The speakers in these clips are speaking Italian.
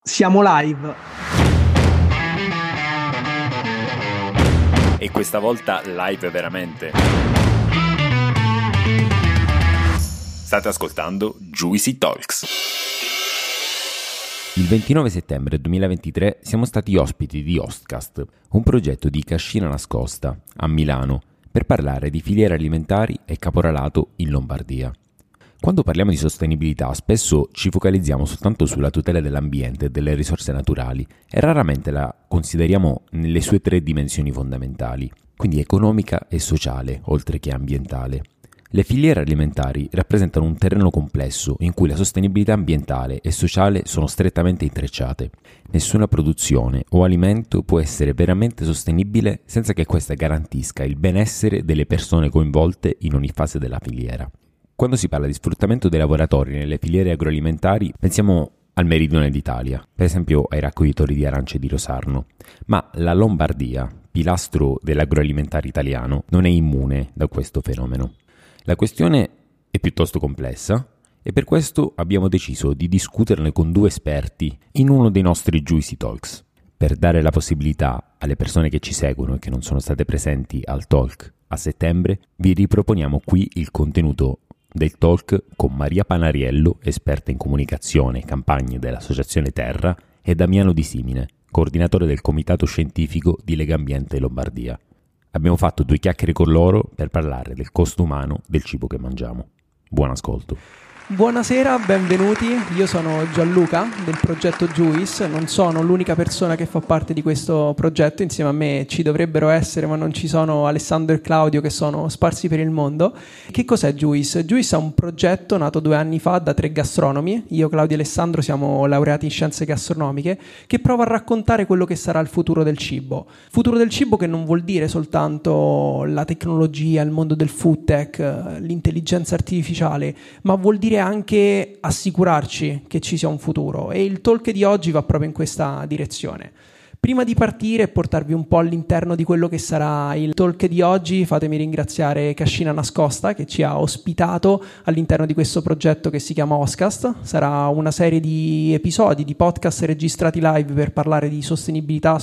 Siamo live. E questa volta live veramente. State ascoltando Juicy Talks. Il 29 settembre 2023 siamo stati ospiti di Hostcast, un progetto di Cascina Nascosta, a Milano, per parlare di filiere alimentari e caporalato in Lombardia. Quando parliamo di sostenibilità spesso ci focalizziamo soltanto sulla tutela dell'ambiente e delle risorse naturali e raramente la consideriamo nelle sue tre dimensioni fondamentali, quindi economica e sociale, oltre che ambientale. Le filiere alimentari rappresentano un terreno complesso in cui la sostenibilità ambientale e sociale sono strettamente intrecciate. Nessuna produzione o alimento può essere veramente sostenibile senza che questa garantisca il benessere delle persone coinvolte in ogni fase della filiera. Quando si parla di sfruttamento dei lavoratori nelle filiere agroalimentari, pensiamo al meridione d'Italia, per esempio ai raccoglitori di arance di Rosarno, ma la Lombardia, pilastro dell'agroalimentare italiano, non è immune da questo fenomeno. La questione è piuttosto complessa e per questo abbiamo deciso di discuterne con due esperti in uno dei nostri Juicy Talks. Per dare la possibilità alle persone che ci seguono e che non sono state presenti al talk a settembre, vi riproponiamo qui il contenuto del talk con Maria Panariello, esperta in comunicazione e campagne dell'Associazione Terra, e Damiano Di Simine, coordinatore del Comitato Scientifico di Legambiente Lombardia. Abbiamo fatto due chiacchiere con loro per parlare del costo umano del cibo che mangiamo. Buon ascolto. Buonasera, benvenuti. Io sono Gianluca del progetto Juice. Non sono l'unica persona che fa parte di questo progetto. Insieme a me ci dovrebbero essere, ma non ci sono, Alessandro e Claudio, che sono sparsi per il mondo. Che cos'è Juice? Juice è un progetto nato 2 anni fa da 3 gastronomi. Io, Claudio e Alessandro siamo laureati in scienze gastronomiche, che prova a raccontare quello che sarà il futuro del cibo. Futuro del cibo che non vuol dire soltanto la tecnologia, il mondo del food tech, l'intelligenza artificiale, ma vuol dire anche assicurarci che ci sia un futuro, e il talk di oggi va proprio in questa direzione. Prima di partire e portarvi un po' all'interno di quello che sarà il talk di oggi, fatemi ringraziare Cascina Nascosta che ci ha ospitato all'interno di questo progetto che si chiama Hostcast. Sarà una serie di episodi, di podcast registrati live per parlare di sostenibilità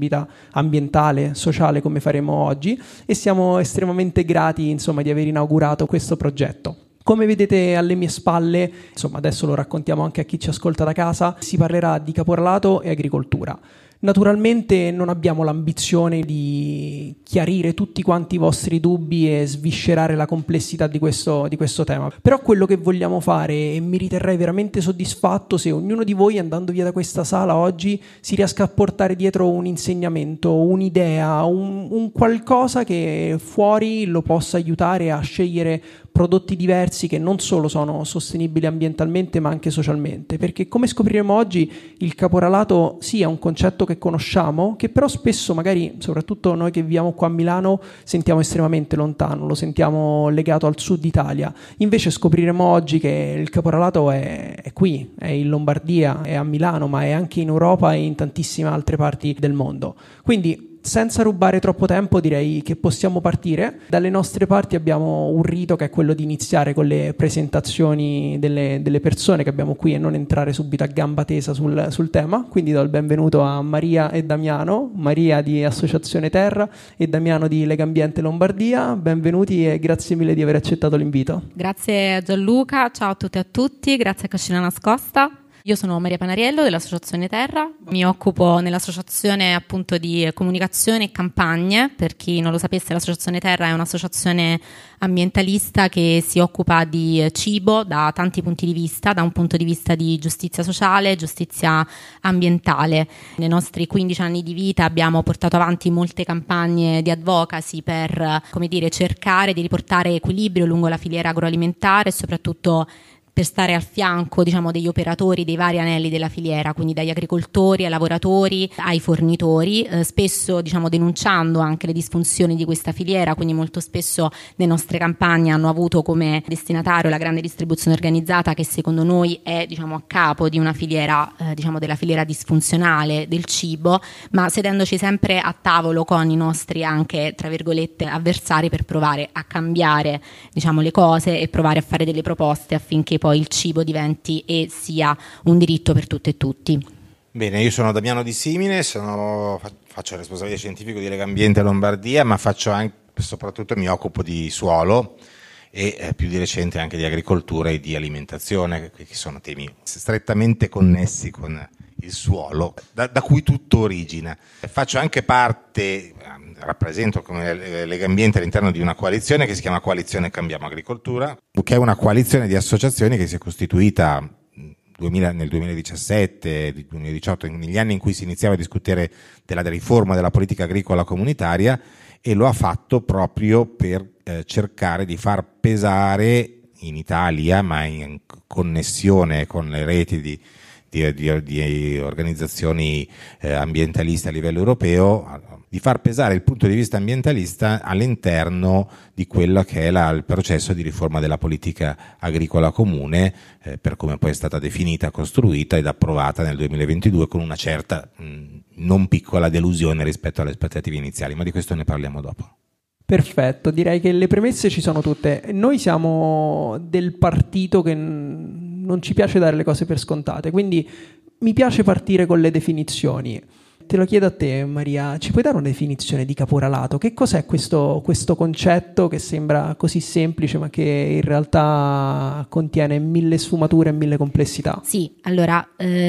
ambientale, sociale, come faremo oggi, e siamo estremamente grati, insomma, di aver inaugurato questo progetto. Come vedete alle mie spalle, insomma adesso lo raccontiamo anche a chi ci ascolta da casa, si parlerà di caporalato e agricoltura. Naturalmente non abbiamo l'ambizione di chiarire tutti quanti i vostri dubbi e sviscerare la complessità di questo tema, però quello che vogliamo fare, e mi riterrei veramente soddisfatto se ognuno di voi, andando via da questa sala oggi, si riesca a portare dietro un insegnamento, un'idea, un qualcosa che fuori lo possa aiutare a scegliere prodotti diversi che non solo sono sostenibili ambientalmente ma anche socialmente, perché come scopriremo oggi il caporalato sì è un concetto che conosciamo, che però spesso magari, soprattutto noi che viviamo qua a Milano, sentiamo estremamente lontano, lo sentiamo legato al sud Italia. Invece scopriremo oggi che il caporalato è qui, è in Lombardia, è a Milano, ma è anche in Europa e in tantissime altre parti del mondo. Quindi, senza rubare troppo tempo, direi che possiamo partire. Dalle nostre parti abbiamo un rito che è quello di iniziare con le presentazioni delle persone che abbiamo qui e non entrare subito a gamba tesa sul tema. Quindi do il benvenuto a Maria e Damiano, Maria di Associazione Terra e Damiano di Legambiente Lombardia. Benvenuti e grazie mille di aver accettato l'invito. Grazie a Gianluca, ciao a tutti e a tutti, grazie a Cascina Nascosta. Io sono Maria Panariello dell'Associazione Terra, mi occupo nell'associazione appunto di comunicazione e campagne. Per chi non lo sapesse, l'Associazione Terra è un'associazione ambientalista che si occupa di cibo da tanti punti di vista, da un punto di vista di giustizia sociale, giustizia ambientale. Nei nostri 15 anni di vita abbiamo portato avanti molte campagne di advocacy per, come dire, cercare di riportare equilibrio lungo la filiera agroalimentare e soprattutto per stare al fianco, diciamo, degli operatori dei vari anelli della filiera, quindi dagli agricoltori ai lavoratori ai fornitori, spesso, diciamo, denunciando anche le disfunzioni di questa filiera. Quindi molto spesso le nostre campagne hanno avuto come destinatario la grande distribuzione organizzata, che secondo noi è, diciamo, a capo di una filiera, diciamo, della filiera disfunzionale del cibo, ma sedendoci sempre a tavolo con i nostri anche, tra virgolette, avversari, per provare a cambiare, diciamo, le cose e provare a fare delle proposte affinché poi il cibo diventi e sia un diritto per tutte e tutti. Bene, io sono Damiano Di Simine, faccio il responsabile scientifico di Legambiente Lombardia, ma faccio anche, soprattutto mi occupo di suolo e più di recente anche di agricoltura e di alimentazione, che sono temi strettamente connessi con il suolo, da cui tutto origina. Faccio anche parte, rappresento come Legambiente all'interno di una coalizione che si chiama Coalizione Cambiamo Agricoltura, che è una coalizione di associazioni che si è costituita nel 2017, 2018, negli anni in cui si iniziava a discutere della riforma della politica agricola comunitaria, e lo ha fatto proprio per cercare di far pesare in Italia, ma in connessione con le reti di organizzazioni ambientaliste a livello europeo, di far pesare il punto di vista ambientalista all'interno di quello che è il processo di riforma della politica agricola comune, per come poi è stata definita, costruita ed approvata nel 2022 con una certa non piccola delusione rispetto alle aspettative iniziali, ma di questo ne parliamo dopo. Perfetto, direi che le premesse ci sono tutte. Noi siamo del partito che non ci piace dare le cose per scontate, quindi mi piace partire con le definizioni. Te lo chiedo a te, Maria, ci puoi dare una definizione di caporalato? Che cos'è questo concetto che sembra così semplice ma che in realtà contiene 1000 sfumature e 1000 complessità? Sì, allora,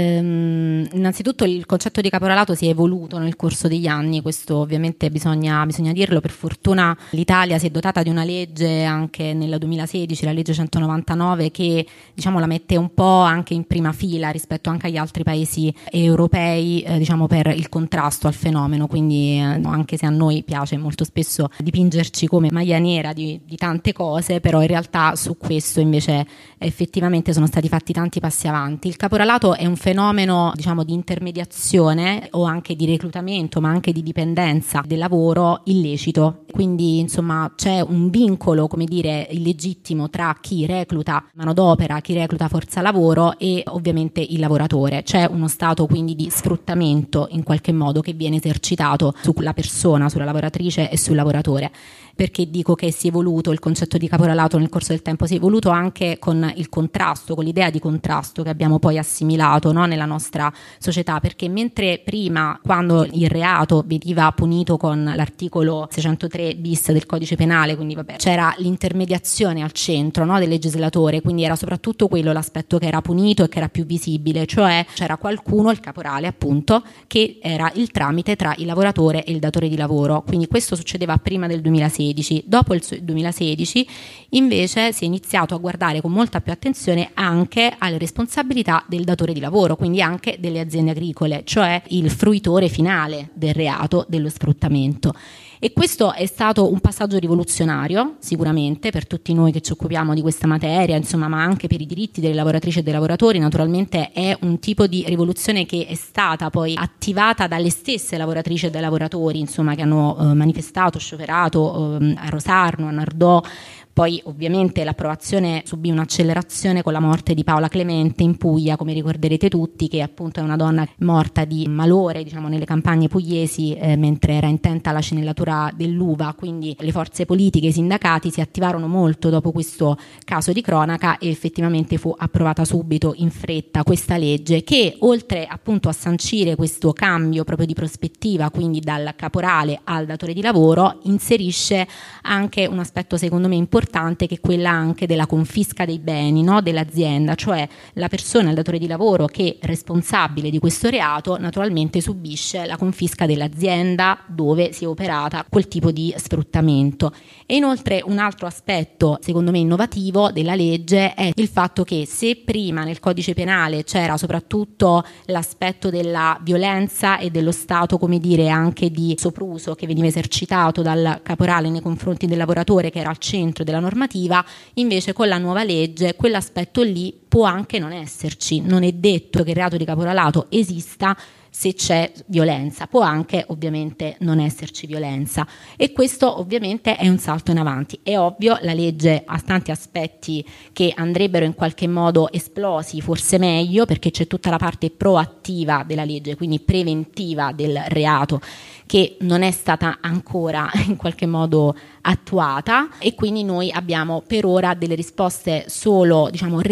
innanzitutto il concetto di caporalato si è evoluto nel corso degli anni, questo ovviamente bisogna dirlo. Per fortuna l'Italia si è dotata di una legge anche nel 2016, la legge 199, che diciamo la mette un po' anche in prima fila rispetto anche agli altri paesi europei, diciamo per il contrasto al fenomeno, quindi anche se a noi piace molto spesso dipingerci come maglia nera di tante cose, però in realtà su questo invece effettivamente sono stati fatti tanti passi avanti. Il caporalato è un fenomeno, diciamo, di intermediazione o anche di reclutamento, ma anche di dipendenza del lavoro illecito, quindi insomma c'è un vincolo, come dire, illegittimo tra chi recluta manodopera, chi recluta forza lavoro e ovviamente il lavoratore. C'è uno stato quindi di sfruttamento in qualche modo che viene esercitato sulla persona, sulla lavoratrice e sul lavoratore. Perché dico che si è evoluto il concetto di caporalato nel corso del tempo? Si è evoluto anche con il contrasto, con l'idea di contrasto che abbiamo poi assimilato, no, nella nostra società, perché mentre prima, quando il reato veniva punito con l'articolo 603 bis del codice penale, quindi c'era l'intermediazione al centro, no, del legislatore, quindi era soprattutto quello l'aspetto che era punito e che era più visibile, cioè c'era qualcuno, il caporale appunto, che era il tramite tra il lavoratore e il datore di lavoro. Quindi questo succedeva prima del 2016. Dopo il 2016 invece si è iniziato a guardare con molta più attenzione anche alle responsabilità del datore di lavoro, quindi anche delle aziende agricole, cioè il fruitore finale del reato, dello sfruttamento. E questo è stato un passaggio rivoluzionario sicuramente per tutti noi che ci occupiamo di questa materia, insomma, ma anche per i diritti delle lavoratrici e dei lavoratori. Naturalmente è un tipo di rivoluzione che è stata poi attivata dalle stesse lavoratrici e dai lavoratori, insomma, che hanno manifestato, scioperato a Rosarno, a Nardò. Poi ovviamente l'approvazione subì un'accelerazione con la morte di Paola Clemente in Puglia, come ricorderete tutti, che appunto è una donna morta di malore, diciamo, nelle campagne pugliesi mentre era intenta alla cenellatura dell'uva. Quindi le forze politiche e i sindacati si attivarono molto dopo questo caso di cronaca e effettivamente fu approvata subito in fretta questa legge che, oltre appunto a sancire questo cambio proprio di prospettiva, quindi dal caporale al datore di lavoro, inserisce anche un aspetto secondo me importante, che è quella anche della confisca dei beni, no, dell'azienda, cioè la persona, il datore di lavoro che è responsabile di questo reato naturalmente subisce la confisca dell'azienda dove si è operata quel tipo di sfruttamento. E inoltre un altro aspetto secondo me innovativo della legge è il fatto che se prima nel codice penale c'era soprattutto l'aspetto della violenza e dello stato, come dire, anche di sopruso che veniva esercitato dal caporale nei confronti del lavoratore, che era al centro della normativa, invece con la nuova legge quell'aspetto lì può anche non esserci. Non è detto che il reato di caporalato esista se c'è violenza, può anche ovviamente non esserci violenza, e questo ovviamente è un salto in avanti. È ovvio, la legge ha tanti aspetti che andrebbero in qualche modo esplosi, forse meglio, perché c'è tutta la parte proattiva della legge, quindi preventiva del reato, che non è stata ancora in qualche modo attuata, e quindi noi abbiamo per ora delle risposte solo, diciamo, repressive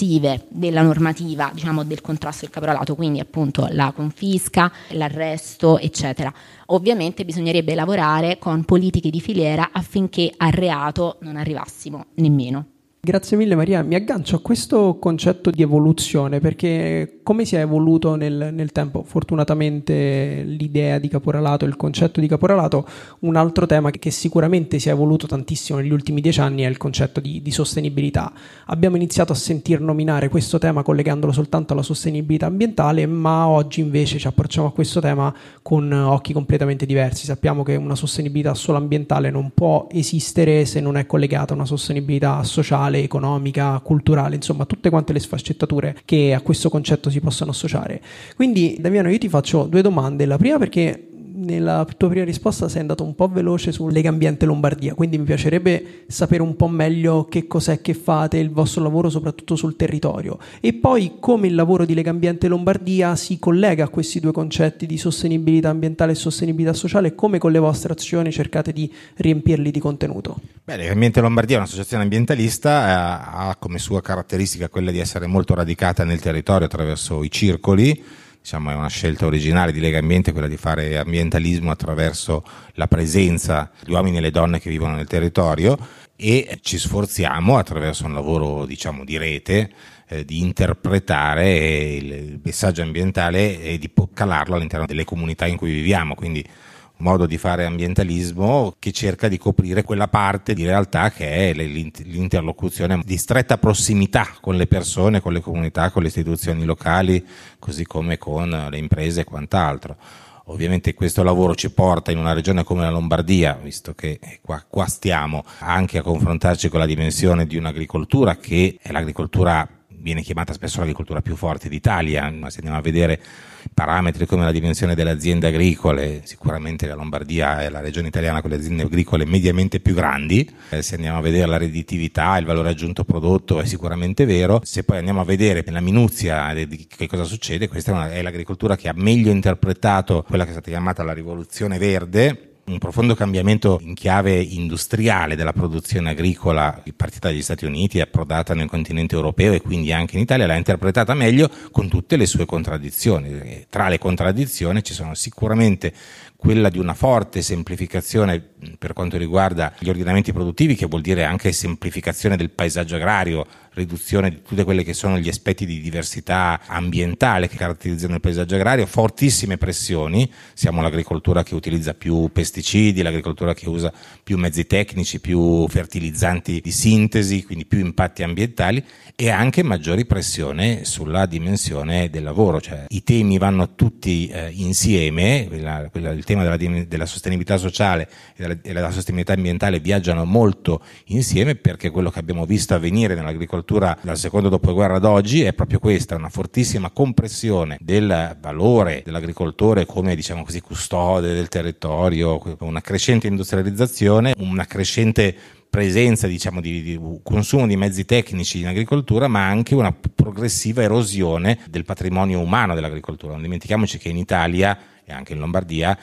repressive della normativa, diciamo, del contrasto del caporalato, quindi appunto la confisca, l'arresto, eccetera. Ovviamente bisognerebbe lavorare con politiche di filiera affinché al reato non arrivassimo nemmeno. Grazie mille Maria, mi aggancio a questo concetto di evoluzione, perché come si è evoluto nel tempo? Fortunatamente l'idea di caporalato, il concetto di caporalato, un altro tema che sicuramente si è evoluto tantissimo negli ultimi 10 anni è il concetto di sostenibilità. Abbiamo iniziato a sentir nominare questo tema collegandolo soltanto alla sostenibilità ambientale, ma oggi invece ci approcciamo a questo tema con occhi completamente diversi. Sappiamo che una sostenibilità solo ambientale non può esistere se non è collegata a una sostenibilità sociale, economica, culturale, insomma tutte quante le sfaccettature che a questo concetto si possono associare. Quindi Damiano, io ti faccio 2 domande. La prima, perché nella tua prima risposta sei andato un po' veloce su Legambiente Lombardia, quindi mi piacerebbe sapere un po' meglio che cos'è che fate, il vostro lavoro soprattutto sul territorio, e poi come il lavoro di Legambiente Lombardia si collega a questi 2 concetti di sostenibilità ambientale e sostenibilità sociale, e come con le vostre azioni cercate di riempirli di contenuto. Legambiente Lombardia è un'associazione ambientalista, ha come sua caratteristica quella di essere molto radicata nel territorio attraverso i circoli. Diciamo, è una scelta originale di Legambiente quella di fare ambientalismo attraverso la presenza degli uomini e le donne che vivono nel territorio, e ci sforziamo attraverso un lavoro, diciamo, di rete di interpretare il messaggio ambientale e di calarlo all'interno delle comunità in cui viviamo, quindi un modo di fare ambientalismo che cerca di coprire quella parte di realtà che è l'interlocuzione di stretta prossimità con le persone, con le comunità, con le istituzioni locali, così come con le imprese e quant'altro. Ovviamente questo lavoro ci porta in una regione come la Lombardia, visto che qua stiamo, anche a confrontarci con la dimensione di un'agricoltura che è l'agricoltura, viene chiamata spesso l'agricoltura più forte d'Italia, ma se andiamo a vedere parametri come la dimensione delle aziende agricole, sicuramente la Lombardia è la regione italiana con le aziende agricole mediamente più grandi. Se andiamo a vedere la redditività, il valore aggiunto prodotto, è sicuramente vero. Se poi andiamo a vedere nella minuzia di che cosa succede, questa è l'agricoltura che ha meglio interpretato quella che è stata chiamata la rivoluzione verde, un profondo cambiamento in chiave industriale della produzione agricola partita dagli Stati Uniti, approdata nel continente europeo e quindi anche in Italia, l'ha interpretata meglio con tutte le sue contraddizioni. Tra le contraddizioni ci sono sicuramente quella di una forte semplificazione per quanto riguarda gli ordinamenti produttivi, che vuol dire anche semplificazione del paesaggio agrario, riduzione di tutti quelli che sono gli aspetti di diversità ambientale che caratterizzano il paesaggio agrario, fortissime pressioni. Siamo l'agricoltura che utilizza più pesticidi, l'agricoltura che usa più mezzi tecnici, più fertilizzanti di sintesi, quindi più impatti ambientali, e anche maggiori pressioni sulla dimensione del lavoro. Cioè, i temi vanno tutti insieme, il tema della sostenibilità sociale e della sostenibilità ambientale viaggiano molto insieme, perché quello che abbiamo visto avvenire nell'agricoltura dal secondo dopoguerra ad oggi è proprio questa, una fortissima compressione del valore dell'agricoltore come, diciamo così, custode del territorio, una crescente industrializzazione, una crescente presenza, diciamo, di consumo di mezzi tecnici in agricoltura, ma anche una progressiva erosione del patrimonio umano dell'agricoltura. Non dimentichiamoci che in Italia e anche in Lombardia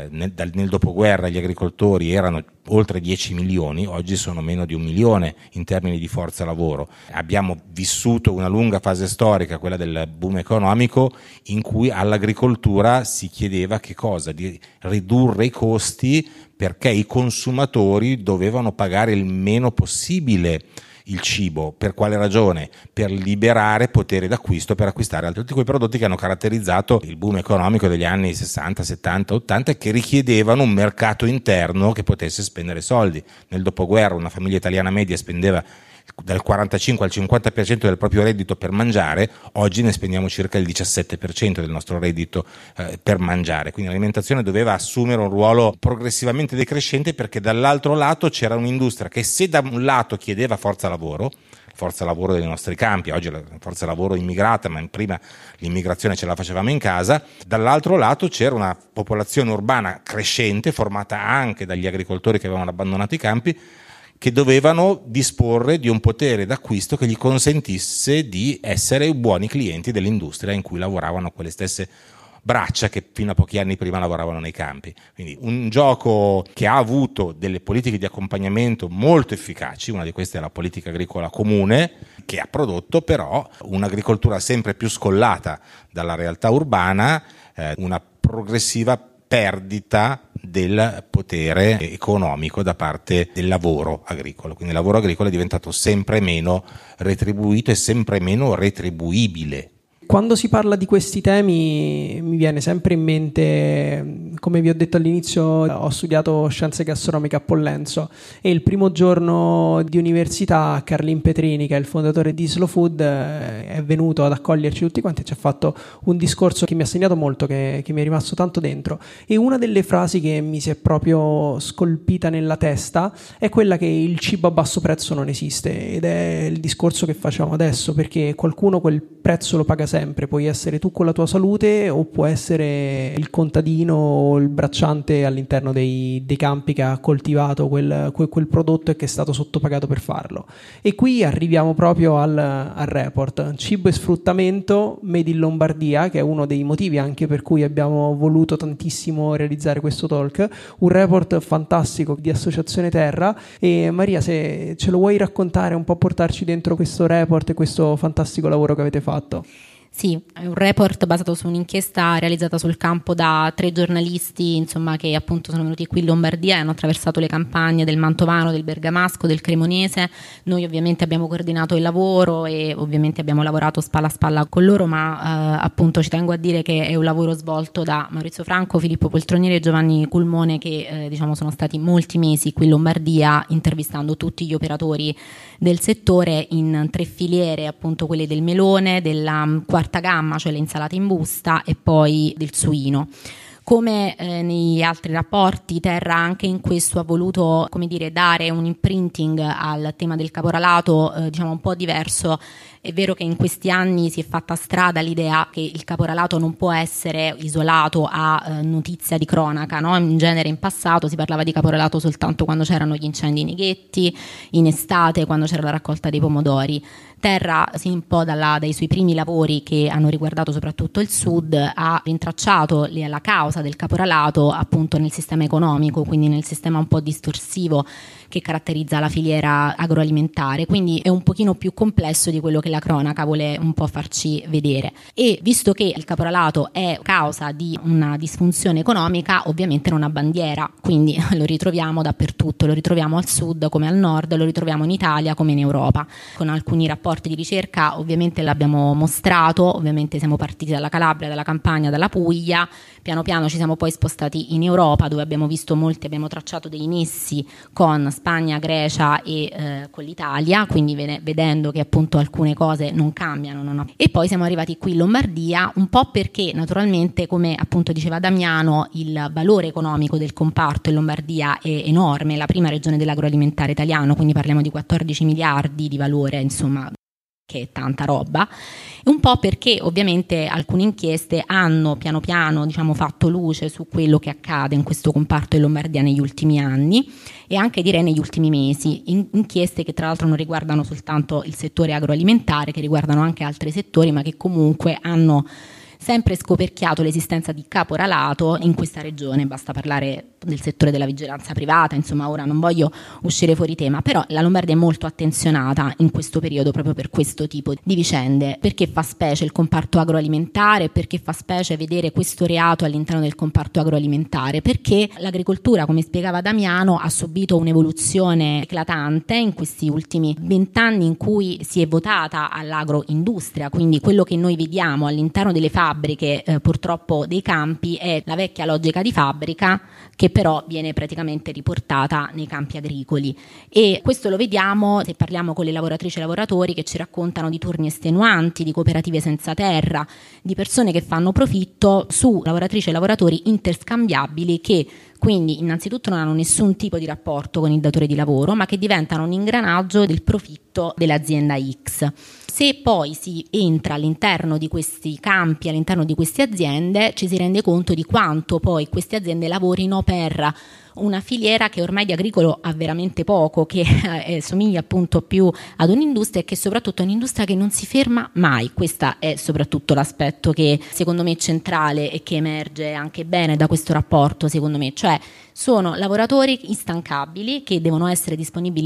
nel dopoguerra gli agricoltori erano oltre 10 milioni, oggi sono meno di 1 milione in termini di forza lavoro. Abbiamo vissuto una lunga fase storica, quella del boom economico, in cui all'agricoltura si chiedeva che cosa? Di ridurre i costi, perché i consumatori dovevano pagare il meno possibile il cibo. Per quale ragione? Per liberare potere d'acquisto, per acquistare altri tutti quei prodotti che hanno caratterizzato il boom economico degli anni 60, 70, 80 e che richiedevano un mercato interno che potesse spendere soldi. Nel dopoguerra una famiglia italiana media spendeva dal 45 al 50% del proprio reddito per mangiare, oggi ne spendiamo circa il 17% del nostro reddito per mangiare, quindi l'alimentazione doveva assumere un ruolo progressivamente decrescente, perché dall'altro lato c'era un'industria che, se da un lato chiedeva forza lavoro dei nostri campi, oggi la forza lavoro immigrata, ma prima l'immigrazione ce la facevamo in casa, dall'altro lato c'era una popolazione urbana crescente formata anche dagli agricoltori che avevano abbandonato i campi, che dovevano disporre di un potere d'acquisto che gli consentisse di essere buoni clienti dell'industria in cui lavoravano quelle stesse braccia che fino a pochi anni prima lavoravano nei campi. Quindi un gioco che ha avuto delle politiche di accompagnamento molto efficaci, una di queste è la politica agricola comune, che ha prodotto però un'agricoltura sempre più scollata dalla realtà urbana, una progressiva perdita del potere economico da parte del lavoro agricolo. Quindi il lavoro agricolo è diventato sempre meno retribuito e sempre meno retribuibile. Quando si parla di questi temi mi viene sempre in mente, come vi ho detto all'inizio, ho studiato scienze gastronomiche a Pollenzo e il primo giorno di università Carlin Petrini, che è il fondatore di Slow Food, è venuto ad accoglierci tutti quanti e ci ha fatto un discorso che mi ha segnato molto, che mi è rimasto tanto dentro, e una delle frasi che mi si è proprio scolpita nella testa è quella che il cibo a basso prezzo non esiste, ed è il discorso che facciamo adesso, perché qualcuno quel prezzo lo paga sempre. Puoi essere tu con la tua salute o può essere il contadino o il bracciante all'interno dei campi che ha coltivato quel prodotto e che è stato sottopagato per farlo. E qui arriviamo proprio al report Cibo e sfruttamento Made in Lombardia, che è uno dei motivi anche per cui abbiamo voluto tantissimo realizzare questo talk, un report fantastico di Associazione Terra. E Maria, se ce lo vuoi raccontare un po', portarci dentro questo report e questo fantastico lavoro che avete fatto. Sì, è un report basato su un'inchiesta realizzata sul campo da 3 giornalisti, insomma, che appunto sono venuti qui in Lombardia e hanno attraversato le campagne del Mantovano, del Bergamasco, del Cremonese. Noi ovviamente abbiamo coordinato il lavoro e ovviamente abbiamo lavorato spalla a spalla con loro, ma appunto ci tengo a dire che è un lavoro svolto da Maurizio Franco, Filippo Poltronieri e Giovanni Culmone, che diciamo sono stati molti mesi qui in Lombardia intervistando tutti gli operatori del settore in 3 filiere, appunto quelle del melone, della quarta gamma, cioè le insalate in busta, e poi del suino. Come negli altri rapporti, Terra anche in questo ha voluto, come dire, dare un imprinting al tema del caporalato diciamo un po' diverso. È vero che in questi anni si è fatta strada l'idea che il caporalato non può essere isolato a notizia di cronaca, no? In genere in passato si parlava di caporalato soltanto quando c'erano gli incendi nei ghetti, in estate quando c'era la raccolta dei pomodori. Terra, sin un po' dai suoi primi lavori che hanno riguardato soprattutto il sud, ha rintracciato la causa del caporalato appunto nel sistema economico, quindi nel sistema un po' distorsivo che caratterizza la filiera agroalimentare, quindi è un pochino più complesso di quello che la cronaca vuole un po' farci vedere. E visto che il caporalato è causa di una disfunzione economica, ovviamente non ha bandiera, quindi lo ritroviamo dappertutto, lo ritroviamo al sud come al nord, lo ritroviamo in Italia come in Europa. Con alcuni rapporti di ricerca ovviamente l'abbiamo mostrato, ovviamente siamo partiti dalla Calabria, dalla Campania, dalla Puglia, piano piano ci siamo poi spostati in Europa, dove abbiamo visto abbiamo tracciato dei nessi con Spagna, Grecia e con l'Italia, quindi vedendo che appunto alcune cose non cambiano. E poi siamo arrivati qui in Lombardia, un po' perché naturalmente, come appunto diceva Damiano, il valore economico del comparto in Lombardia è enorme, è la prima regione dell'agroalimentare italiano, quindi parliamo di 14 miliardi di valore, insomma, che è tanta roba, e un po' perché ovviamente alcune inchieste hanno piano piano diciamo fatto luce su quello che accade in questo comparto in Lombardia negli ultimi anni e anche direi negli ultimi mesi, inchieste che tra l'altro non riguardano soltanto il settore agroalimentare, che riguardano anche altri settori, ma che comunque hanno sempre scoperchiato l'esistenza di caporalato in questa regione. Basta parlare del settore della vigilanza privata, insomma, ora non voglio uscire fuori tema, però la Lombardia è molto attenzionata in questo periodo proprio per questo tipo di vicende, perché fa specie il comparto agroalimentare, perché fa specie vedere questo reato all'interno del comparto agroalimentare, perché l'agricoltura, come spiegava Damiano, ha subito un'evoluzione eclatante in questi ultimi 20 anni in cui si è votata all'agroindustria, quindi quello che noi vediamo all'interno delle fabbriche, purtroppo dei campi, è la vecchia logica di fabbrica che però viene praticamente riportata nei campi agricoli, e questo lo vediamo se parliamo con le lavoratrici e lavoratori che ci raccontano di turni estenuanti, di cooperative senza terra, di persone che fanno profitto su lavoratrici e lavoratori interscambiabili, che quindi innanzitutto non hanno nessun tipo di rapporto con il datore di lavoro, ma che diventano un ingranaggio del profitto dell'azienda X. Se poi si entra all'interno di questi campi, all'interno di queste aziende, ci si rende conto di quanto poi queste aziende lavorino per una filiera che ormai di agricolo ha veramente poco, che somiglia appunto più ad un'industria e che soprattutto è un'industria che non si ferma mai. Questo è soprattutto l'aspetto che secondo me è centrale e che emerge anche bene da questo rapporto, secondo me, cioè sono lavoratori instancabili che devono essere disponibili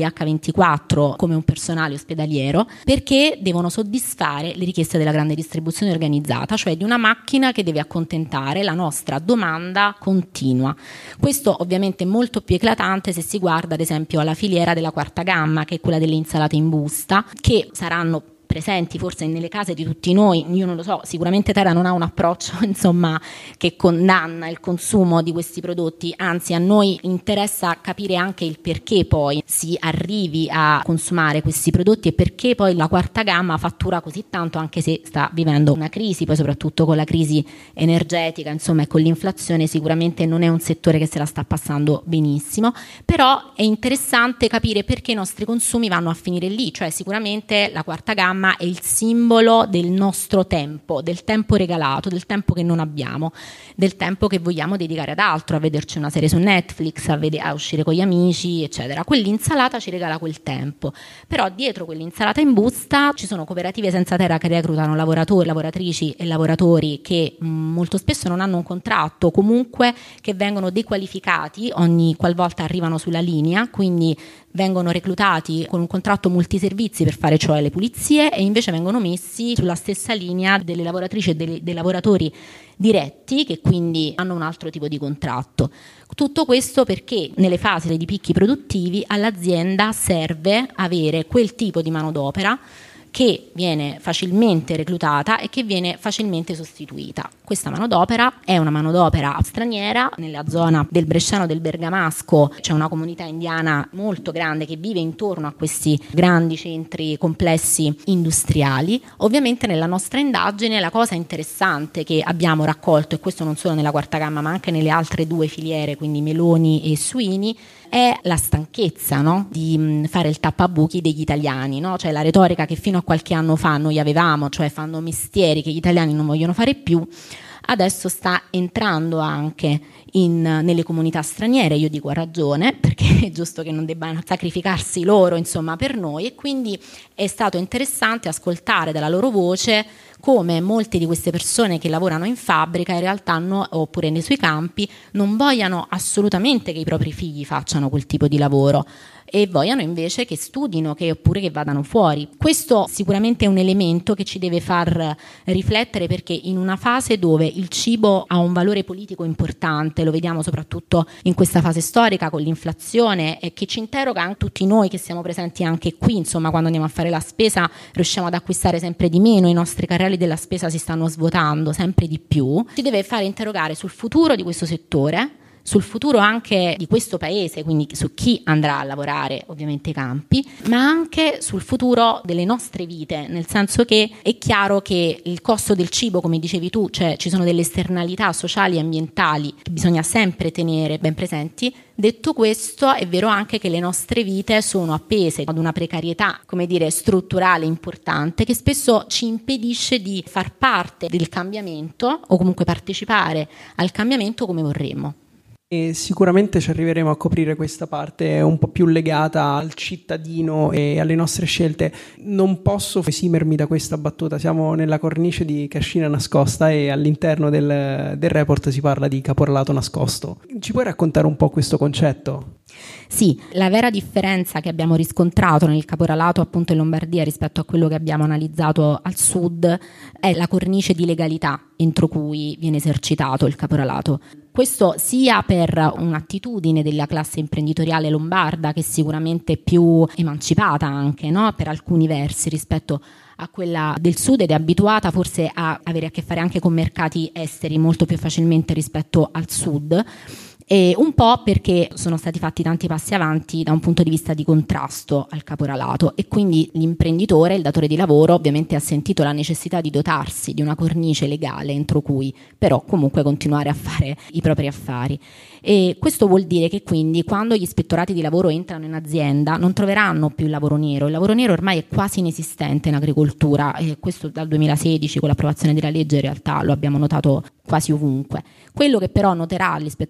H24 come un personale ospedaliero, perché devono soddisfare le richieste della grande distribuzione organizzata, cioè di una macchina che deve accontentare la nostra domanda continua. Questo ovviamente è molto più eclatante se si guarda ad esempio alla filiera della quarta gamma, che è quella delle insalate in busta, che saranno presenti forse nelle case di tutti noi. Io non lo so, sicuramente Terra non ha un approccio insomma che condanna il consumo di questi prodotti, anzi a noi interessa capire anche il perché poi si arrivi a consumare questi prodotti e perché poi la quarta gamma fattura così tanto, anche se sta vivendo una crisi, poi soprattutto con la crisi energetica insomma e con l'inflazione sicuramente non è un settore che se la sta passando benissimo, però è interessante capire perché i nostri consumi vanno a finire lì, cioè sicuramente la quarta gamma è il simbolo del nostro tempo, del tempo regalato, del tempo che non abbiamo, del tempo che vogliamo dedicare ad altro, a vederci una serie su Netflix, a uscire con gli amici, eccetera. Quell'insalata ci regala quel tempo, però dietro quell'insalata in busta ci sono cooperative senza terra che reclutano lavoratori, lavoratrici e lavoratori che molto spesso non hanno un contratto, comunque che vengono dequalificati ogni qualvolta arrivano sulla linea, quindi vengono reclutati con un contratto multiservizi per fare cioè le pulizie e invece vengono messi sulla stessa linea delle lavoratrici e dei lavoratori diretti che quindi hanno un altro tipo di contratto. Tutto questo perché nelle fasi di picchi produttivi all'azienda serve avere quel tipo di manodopera che viene facilmente reclutata e che viene facilmente sostituita. Questa manodopera è una manodopera straniera. Nella zona del Bresciano, del Bergamasco, c'è una comunità indiana molto grande che vive intorno a questi grandi centri complessi industriali. Ovviamente nella nostra indagine la cosa interessante che abbiamo raccolto, e questo non solo nella quarta gamma ma anche nelle altre due filiere, quindi meloni e suini, è la stanchezza, no? Di fare il tappabuchi degli italiani, no? Cioè la retorica che fino a qualche anno fa noi avevamo, cioè fanno mestieri che gli italiani non vogliono fare più, adesso sta entrando anche nelle comunità straniere. Io dico a ragione, perché è giusto che non debbano sacrificarsi loro insomma per noi, e quindi è stato interessante ascoltare dalla loro voce come molte di queste persone che lavorano in fabbrica in realtà oppure nei suoi campi non vogliano assolutamente che i propri figli facciano quel tipo di lavoro e vogliano invece che studino, oppure che vadano fuori. Questo sicuramente è un elemento che ci deve far riflettere, perché in una fase dove il cibo ha un valore politico importante, lo vediamo soprattutto in questa fase storica con l'inflazione, e che ci interroga anche tutti noi che siamo presenti anche qui, insomma quando andiamo a fare la spesa riusciamo ad acquistare sempre di meno, i nostri carrelli della spesa si stanno svuotando sempre di più, ci deve fare interrogare sul futuro di questo settore, sul futuro anche di questo paese, quindi su chi andrà a lavorare ovviamente i campi, ma anche sul futuro delle nostre vite, nel senso che è chiaro che il costo del cibo, come dicevi tu, cioè ci sono delle esternalità sociali e ambientali che bisogna sempre tenere ben presenti. Detto questo, è vero anche che le nostre vite sono appese ad una precarietà, come dire, strutturale importante, che spesso ci impedisce di far parte del cambiamento o comunque partecipare al cambiamento come vorremmo. E sicuramente ci arriveremo a coprire questa parte un po' più legata al cittadino e alle nostre scelte. Non posso esimermi da questa battuta. Siamo nella cornice di Cascina Nascosta e all'interno del report si parla di caporalato nascosto. Ci puoi raccontare un po' questo concetto? Sì, la vera differenza che abbiamo riscontrato nel caporalato appunto in Lombardia rispetto a quello che abbiamo analizzato al sud è la cornice di legalità entro cui viene esercitato il caporalato. Questo sia per un'attitudine della classe imprenditoriale lombarda, che è sicuramente più emancipata anche, no? Per alcuni versi rispetto a quella del sud, ed è abituata forse a avere a che fare anche con mercati esteri molto più facilmente rispetto al sud. E un po' perché sono stati fatti tanti passi avanti da un punto di vista di contrasto al caporalato, e quindi l'imprenditore, il datore di lavoro, ovviamente ha sentito la necessità di dotarsi di una cornice legale entro cui però comunque continuare a fare i propri affari. E questo vuol dire che quindi quando gli ispettorati di lavoro entrano in azienda non troveranno più il lavoro nero. Il lavoro nero ormai è quasi inesistente in agricoltura, e questo dal 2016 con l'approvazione della legge in realtà lo abbiamo notato quasi ovunque. Quello che però noterà l'ispettorato del lavoro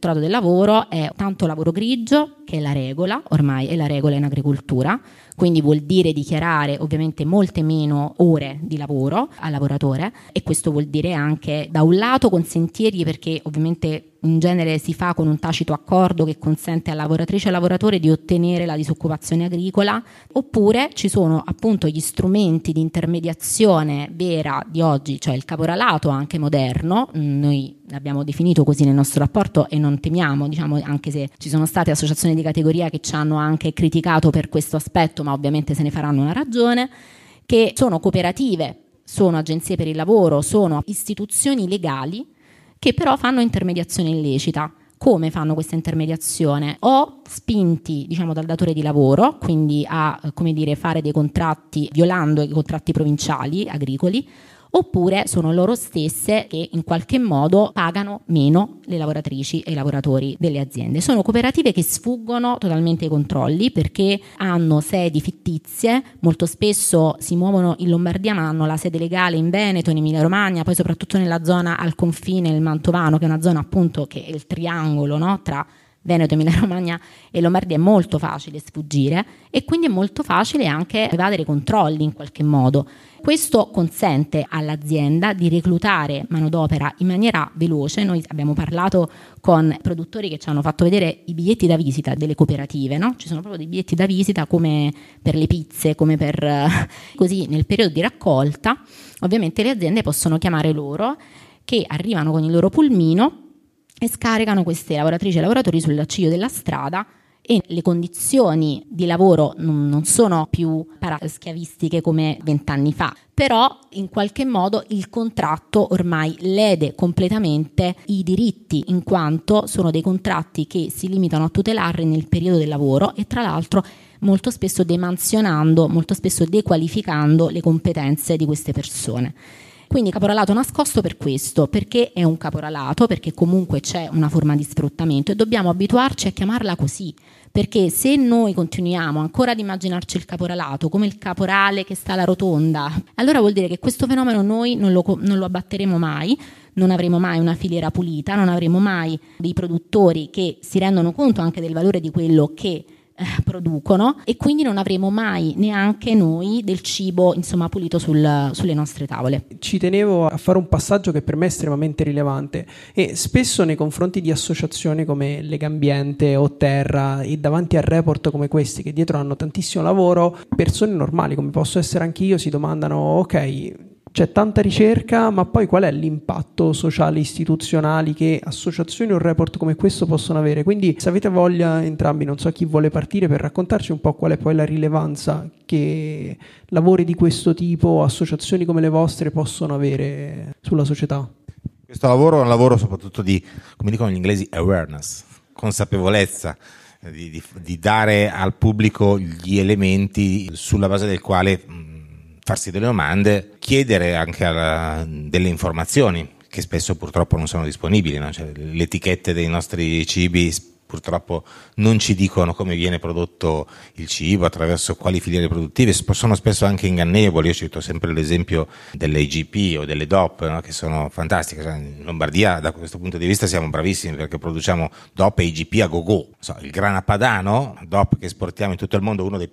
lavoro è tanto lavoro grigio, che è la regola, ormai è la regola in agricoltura, quindi vuol dire dichiarare ovviamente molte meno ore di lavoro al lavoratore, e questo vuol dire anche da un lato consentirgli, perché ovviamente in genere si fa con un tacito accordo che consente a lavoratrice e al lavoratore di ottenere la disoccupazione agricola, oppure ci sono appunto gli strumenti di intermediazione vera di oggi, cioè il caporalato anche moderno. Noi l'abbiamo definito così nel nostro rapporto e non temiamo, diciamo, anche se ci sono state associazioni di categoria che ci hanno anche criticato per questo aspetto, ma ovviamente se ne faranno una ragione, che sono cooperative, sono agenzie per il lavoro, sono istituzioni legali che però fanno intermediazione illecita. Come fanno questa intermediazione? O spinti, diciamo, dal datore di lavoro, quindi a, come dire, fare dei contratti violando i contratti provinciali agricoli, oppure sono loro stesse che in qualche modo pagano meno le lavoratrici e i lavoratori delle aziende. Sono cooperative che sfuggono totalmente ai controlli perché hanno sedi fittizie, molto spesso si muovono in Lombardia ma hanno la sede legale in Veneto, in Emilia Romagna, poi soprattutto nella zona al confine, il Mantovano, che è una zona appunto che è il triangolo, no, tra Veneto, Emilia Romagna e Lombardia. È molto facile sfuggire e quindi è molto facile anche evadere i controlli in qualche modo. Questo consente all'azienda di reclutare manodopera in maniera veloce. Noi abbiamo parlato con produttori che ci hanno fatto vedere i biglietti da visita delle cooperative, no? Ci sono proprio dei biglietti da visita come per le pizze, come per così nel periodo di raccolta. Ovviamente le aziende possono chiamare loro, che arrivano con il loro pulmino e scaricano queste lavoratrici e lavoratori sul ciglio della strada, e le condizioni di lavoro non sono più schiavistiche come 20 anni fa, però in qualche modo il contratto ormai lede completamente i diritti, in quanto sono dei contratti che si limitano a tutelarli nel periodo del lavoro e tra l'altro molto spesso demansionando, molto spesso dequalificando le competenze di queste persone. Quindi caporalato nascosto per questo, perché è un caporalato, perché comunque c'è una forma di sfruttamento e dobbiamo abituarci a chiamarla così, perché se noi continuiamo ancora ad immaginarci il caporalato come il caporale che sta alla rotonda, allora vuol dire che questo fenomeno noi non lo abbatteremo mai, non avremo mai una filiera pulita, non avremo mai dei produttori che si rendono conto anche del valore di quello che producono, e quindi non avremo mai neanche noi del cibo, insomma, pulito sulle nostre tavole. Ci tenevo a fare un passaggio che per me è estremamente rilevante, e spesso nei confronti di associazioni come Legambiente o Terra e davanti a report come questi che dietro hanno tantissimo lavoro, persone normali come posso essere anch'io si domandano: ok, c'è tanta ricerca, ma poi qual è l'impatto sociale istituzionale che associazioni o report come questo possono avere? Quindi se avete voglia entrambi, non so chi vuole partire per raccontarci un po' qual è poi la rilevanza che lavori di questo tipo, associazioni come le vostre possono avere sulla società. Questo lavoro è un lavoro soprattutto di, come dicono gli inglesi, awareness, consapevolezza, di dare al pubblico gli elementi sulla base del quale farsi delle domande, chiedere anche delle informazioni che spesso purtroppo non sono disponibili, no? Cioè, le etichette dei nostri cibi purtroppo non ci dicono come viene prodotto il cibo, attraverso quali filiere produttive, sono spesso anche ingannevoli. Io cito sempre l'esempio delle IGP o delle DOP, no? Che sono fantastiche. In Lombardia da questo punto di vista siamo bravissimi perché produciamo DOP e IGP a go-go. Il grana padano, DOP che esportiamo in tutto il mondo, uno dei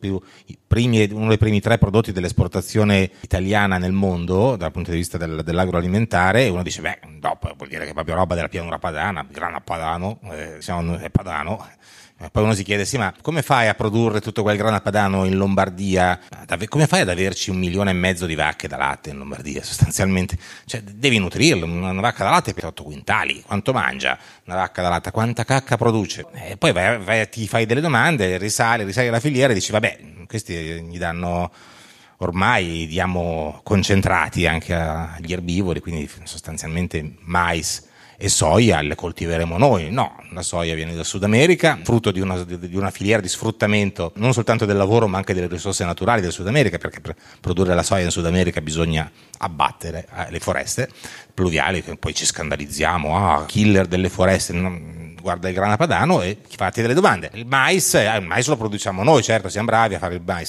primi 3 prodotti dell'esportazione italiana nel mondo dal punto di vista dell'agroalimentare, e uno dice DOP vuol dire che è proprio roba della pianura padana, grana padano, è padano. Poi uno si chiede: sì, ma come fai a produrre tutto quel grana padano in Lombardia? Come fai ad averci 1,5 milioni di vacche da latte in Lombardia sostanzialmente? Cioè, devi nutrirle. Una vacca da latte per 8 quintali, quanto mangia una vacca da latte? Quanta cacca produce? E poi ti fai delle domande, risali la filiera e dici: vabbè, questi gli danno, ormai diamo concentrati anche agli erbivori, quindi sostanzialmente mais e soia le coltiveremo noi. No, la soia viene dal Sud America, frutto di una filiera di sfruttamento non soltanto del lavoro ma anche delle risorse naturali del Sud America, perché per produrre la soia in Sud America bisogna abbattere le foreste pluviali, che poi ci scandalizziamo, killer delle foreste. Guarda il grana padano e fatti delle domande. Il mais lo produciamo noi, certo, siamo bravi a fare il mais.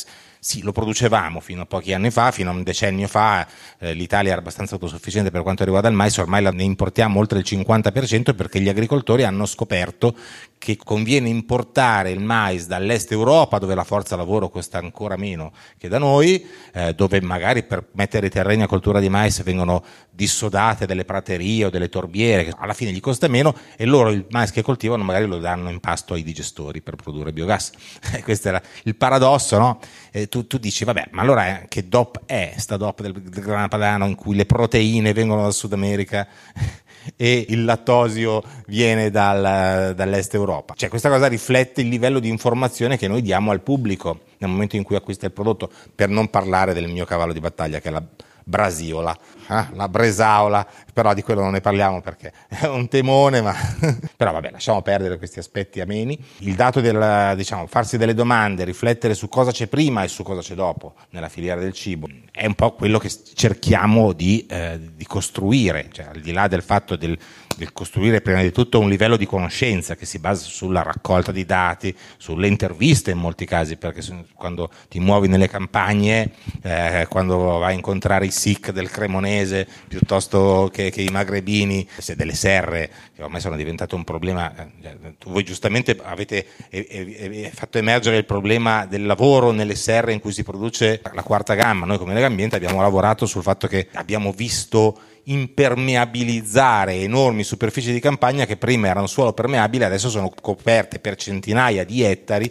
Sì, lo producevamo fino a pochi anni fa, fino a un decennio fa l'Italia era abbastanza autosufficiente per quanto riguarda il mais, ormai ne importiamo oltre il 50% perché gli agricoltori hanno scoperto che conviene importare il mais dall'est Europa, dove la forza lavoro costa ancora meno che da noi, dove magari per mettere i terreni a coltura di mais vengono dissodate delle praterie o delle torbiere, che alla fine gli costa meno, e loro il mais che coltivano magari lo danno in pasto ai digestori per produrre biogas. Questo era il paradosso, no? Tu dici, vabbè, ma allora che DOP è sta DOP del grano padano in cui le proteine vengono dal Sud America e il lattosio viene dall'est Europa? Cioè, questa cosa riflette il livello di informazione che noi diamo al pubblico nel momento in cui acquista il prodotto, per non parlare del mio cavallo di battaglia che è la brasiola, la bresaola, però di quello non ne parliamo perché è un temone, ma però vabbè, lasciamo perdere questi aspetti ameni. Il dato del, farsi delle domande, riflettere su cosa c'è prima e su cosa c'è dopo nella filiera del cibo è un po' quello che cerchiamo di costruire, cioè al di là del fatto del costruire prima di tutto un livello di conoscenza che si basa sulla raccolta di dati, sulle interviste in molti casi, perché quando ti muovi nelle campagne, quando vai a incontrare i Sikh del Cremonese piuttosto che i magrebini delle serre, che ormai sono diventate un problema, voi giustamente avete fatto emergere il problema del lavoro nelle serre in cui si produce la quarta gamma. Noi come Legambiente abbiamo lavorato sul fatto che abbiamo visto impermeabilizzare enormi superfici di campagna che prima erano suolo permeabile, adesso sono coperte per centinaia di ettari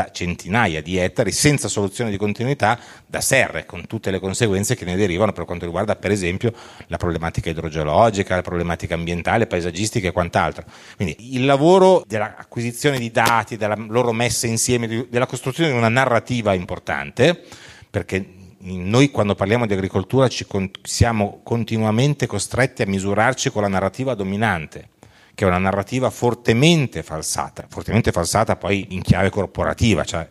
senza soluzione di continuità da serre, con tutte le conseguenze che ne derivano per quanto riguarda per esempio la problematica idrogeologica, la problematica ambientale, paesaggistica e quant'altro. Quindi il lavoro dell'acquisizione di dati, della loro messa insieme, della costruzione di una narrativa importante, perché noi quando parliamo di agricoltura siamo continuamente costretti a misurarci con la narrativa dominante, che è una narrativa fortemente falsata poi in chiave corporativa. Cioè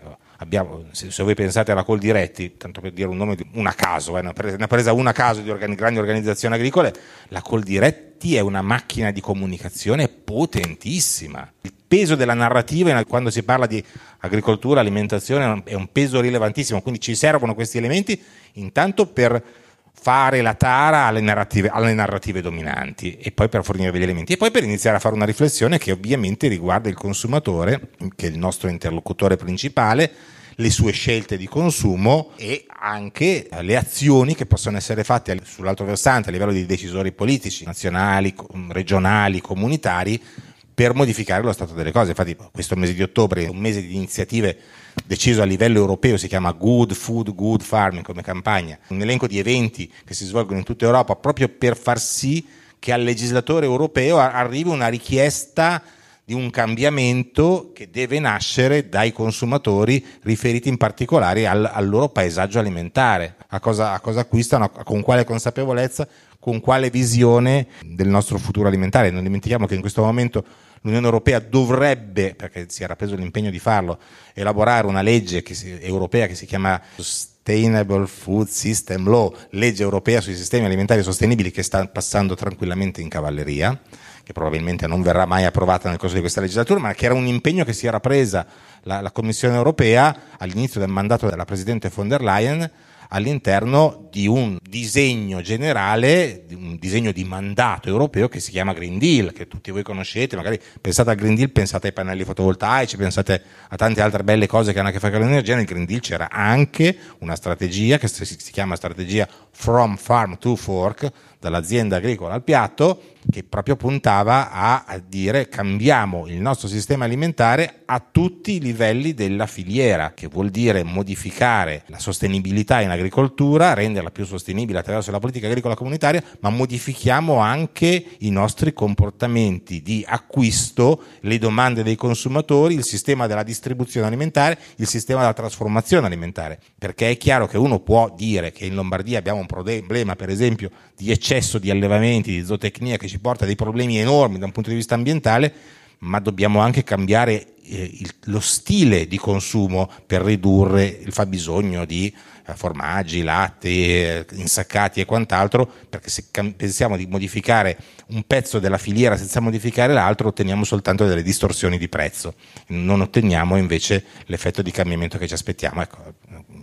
se voi pensate alla Coldiretti, tanto per dire un nome, una caso, una presa una caso di grandi organizzazioni agricole, la Coldiretti è una macchina di comunicazione potentissima. Il peso della narrativa quando si parla di agricoltura, alimentazione è un peso rilevantissimo, quindi ci servono questi elementi intanto per fare la tara alle narrative dominanti e poi per fornire degli elementi e poi per iniziare a fare una riflessione che ovviamente riguarda il consumatore, che è il nostro interlocutore principale, le sue scelte di consumo e anche le azioni che possono essere fatte sull'altro versante a livello di decisori politici, nazionali, regionali, comunitari, per modificare lo stato delle cose. Infatti questo mese di ottobre è un mese di iniziative deciso a livello europeo, si chiama Good Food, Good Farming come campagna, un elenco di eventi che si svolgono in tutta Europa proprio per far sì che al legislatore europeo arrivi una richiesta di un cambiamento che deve nascere dai consumatori, riferiti in particolare al loro paesaggio alimentare, a cosa acquistano, con quale consapevolezza, con quale visione del nostro futuro alimentare. Non dimentichiamo che in questo momento l'Unione Europea dovrebbe, perché si era preso l'impegno di farlo, elaborare una legge europea che si chiama Sustainable Food System Law, legge europea sui sistemi alimentari sostenibili, che sta passando tranquillamente in cavalleria, che probabilmente non verrà mai approvata nel corso di questa legislatura, ma che era un impegno che si era presa la Commissione Europea all'inizio del mandato della Presidente von der Leyen, all'interno di un disegno generale, un disegno di mandato europeo che si chiama Green Deal, che tutti voi conoscete. Magari pensate al Green Deal, pensate ai pannelli fotovoltaici, pensate a tante altre belle cose che hanno a che fare con l'energia. Nel Green Deal c'era anche una strategia che si chiama strategia From Farm to Fork, dall'azienda agricola al piatto, che proprio puntava a dire cambiamo il nostro sistema alimentare a tutti i livelli della filiera, che vuol dire modificare la sostenibilità in agricoltura, renderla più sostenibile attraverso la politica agricola comunitaria, ma modifichiamo anche i nostri comportamenti di acquisto, le domande dei consumatori, il sistema della distribuzione alimentare, il sistema della trasformazione alimentare, perché è chiaro che uno può dire che in Lombardia abbiamo un problema, per esempio, di eccesso di allevamenti, di zootecnia, che ci porta dei problemi enormi da un punto di vista ambientale, ma dobbiamo anche cambiare lo stile di consumo per ridurre il fabbisogno di formaggi, latte, insaccati e quant'altro, perché se pensiamo di modificare un pezzo della filiera senza modificare l'altro, otteniamo soltanto delle distorsioni di prezzo, non otteniamo invece l'effetto di cambiamento che ci aspettiamo. Ecco,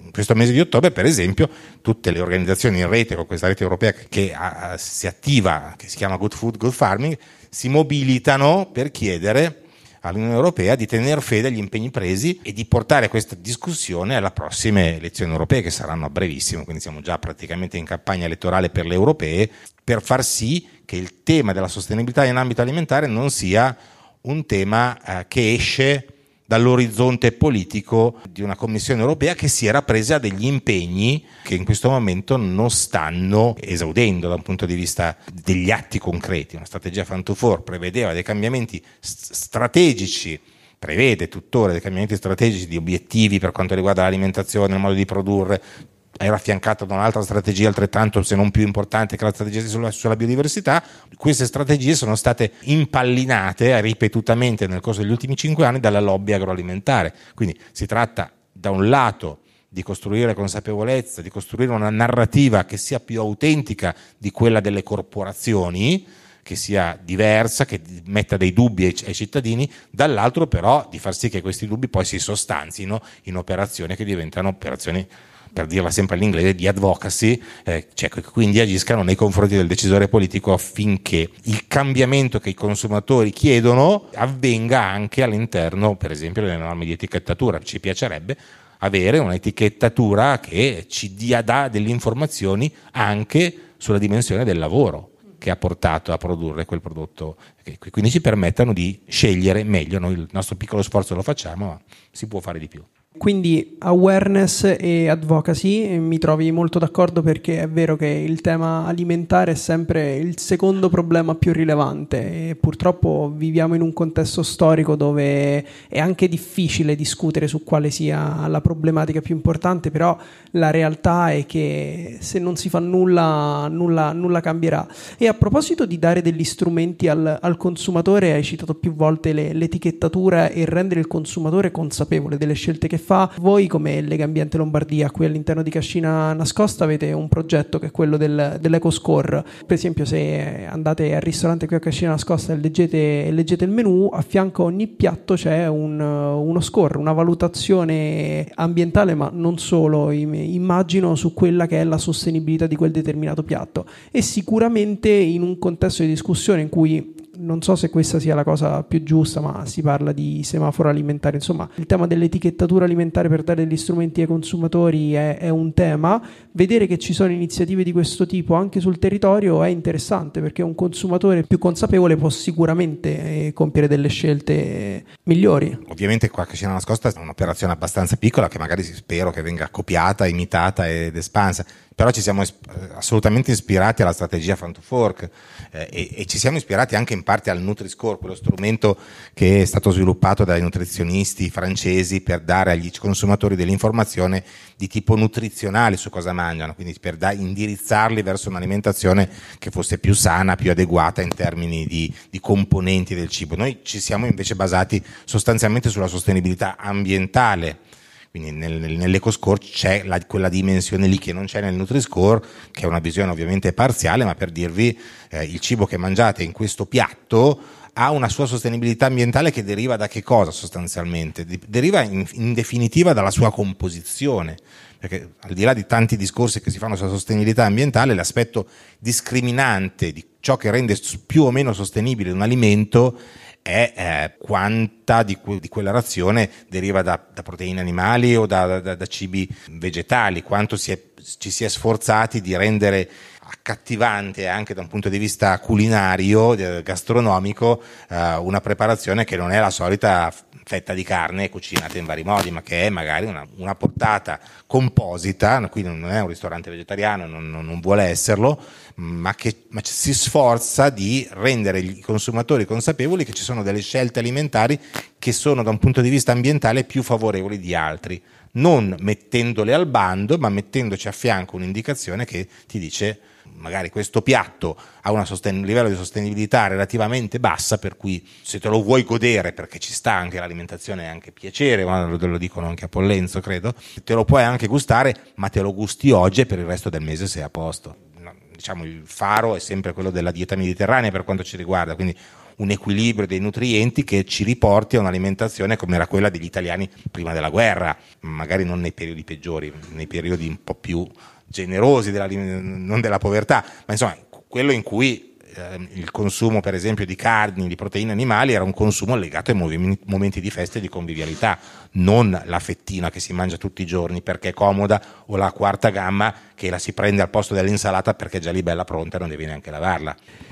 questo mese di ottobre, per esempio, tutte le organizzazioni in rete, con questa rete europea che si attiva, che si chiama Good Food, Good Farming, si mobilitano per chiedere all'Unione Europea di tener fede agli impegni presi e di portare questa discussione alle prossime elezioni europee, che saranno a brevissimo, quindi siamo già praticamente in campagna elettorale per le europee, per far sì che il tema della sostenibilità in ambito alimentare non sia un tema che esce dall'orizzonte politico di una Commissione europea che si era presa degli impegni che in questo momento non stanno esaudendo da un punto di vista degli atti concreti. Una strategia Farm to Fork prevedeva dei cambiamenti strategici, prevede tuttora dei cambiamenti strategici di obiettivi per quanto riguarda l'alimentazione, il modo di produrre, era affiancata da un'altra strategia altrettanto se non più importante, che la strategia sulla biodiversità. Queste strategie sono state impallinate ripetutamente nel corso degli ultimi 5 anni dalla lobby agroalimentare. Quindi si tratta da un lato di costruire consapevolezza, di costruire una narrativa che sia più autentica di quella delle corporazioni, che sia diversa, che metta dei dubbi ai cittadini, dall'altro però di far sì che questi dubbi poi si sostanzino in operazioni che diventano operazioni, per dirla sempre all'inglese, di advocacy, cioè che quindi agiscano nei confronti del decisore politico affinché il cambiamento che i consumatori chiedono avvenga anche all'interno, per esempio, delle norme di etichettatura. Ci piacerebbe avere un'etichettatura che ci dà delle informazioni anche sulla dimensione del lavoro che ha portato a produrre quel prodotto, che quindi ci permettano di scegliere meglio. Noi il nostro piccolo sforzo lo facciamo, ma si può fare di più. Quindi awareness e advocacy, mi trovi molto d'accordo, perché è vero che il tema alimentare è sempre il secondo problema più rilevante e purtroppo viviamo in un contesto storico dove è anche difficile discutere su quale sia la problematica più importante, però la realtà è che se non si fa nulla cambierà. E a proposito di dare degli strumenti al consumatore, hai citato più volte l'etichettatura e rendere il consumatore consapevole delle scelte che fa. Voi come Legambiente Lombardia, qui all'interno di Cascina Nascosta, avete un progetto che è quello dell'EcoScore. Per esempio, se andate al ristorante qui a Cascina Nascosta e leggete il menù, a fianco a ogni piatto c'è uno score, una valutazione ambientale, ma non solo, immagino, su quella che è la sostenibilità di quel determinato piatto. E sicuramente in un contesto di discussione in cui, non so se questa sia la cosa più giusta, ma si parla di semaforo alimentare, insomma il tema dell'etichettatura alimentare per dare degli strumenti ai consumatori è un tema. Vedere che ci sono iniziative di questo tipo anche sul territorio è interessante, perché un consumatore più consapevole può sicuramente compiere delle scelte migliori. Ovviamente qua Cascina Nascosta è un'operazione abbastanza piccola che magari spero che venga copiata, imitata ed espansa, però ci siamo assolutamente ispirati alla strategia Farm to Fork e ci siamo ispirati anche in parte al Nutri-Score, quello strumento che è stato sviluppato dai nutrizionisti francesi per dare agli consumatori dell'informazione di tipo nutrizionale su cosa mangiano, quindi per indirizzarli verso un'alimentazione che fosse più sana, più adeguata in termini di componenti del cibo. Noi ci siamo invece basati sostanzialmente sulla sostenibilità ambientale. Quindi nell'EcoScore c'è quella dimensione lì che non c'è nel Nutri-Score, che è una visione ovviamente parziale, ma per dirvi il cibo che mangiate in questo piatto ha una sua sostenibilità ambientale che deriva da che cosa sostanzialmente? Deriva in definitiva dalla sua composizione, perché al di là di tanti discorsi che si fanno sulla sostenibilità ambientale, l'aspetto discriminante di ciò che rende più o meno sostenibile un alimento è quanta di quella razione deriva da proteine animali o da cibi vegetali, quanto ci si è sforzati di rendere accattivante anche da un punto di vista culinario, gastronomico, una preparazione che non è la solita fetta di carne cucinata in vari modi, ma che è magari una portata composita, quindi non è un ristorante vegetariano, non vuole esserlo, ma si sforza di rendere i consumatori consapevoli che ci sono delle scelte alimentari che sono da un punto di vista ambientale più favorevoli di altri, non mettendole al bando, ma mettendoci a fianco un'indicazione che ti dice magari questo piatto ha un livello di sostenibilità relativamente bassa, per cui se te lo vuoi godere, perché ci sta anche l'alimentazione, è anche piacere, lo dicono anche a Pollenzo credo, te lo puoi anche gustare, ma te lo gusti oggi e per il resto del mese sei a posto. Diciamo il faro è sempre quello della dieta mediterranea per quanto ci riguarda, quindi un equilibrio dei nutrienti che ci riporti a un'alimentazione come era quella degli italiani prima della guerra, magari non nei periodi peggiori, nei periodi un po' più generosi non della povertà, ma insomma quello in cui il consumo per esempio di carni, di proteine animali era un consumo legato ai momenti di festa e di convivialità, non la fettina che si mangia tutti i giorni perché è comoda o la quarta gamma che la si prende al posto dell'insalata perché è già lì bella pronta e non devi neanche lavarla.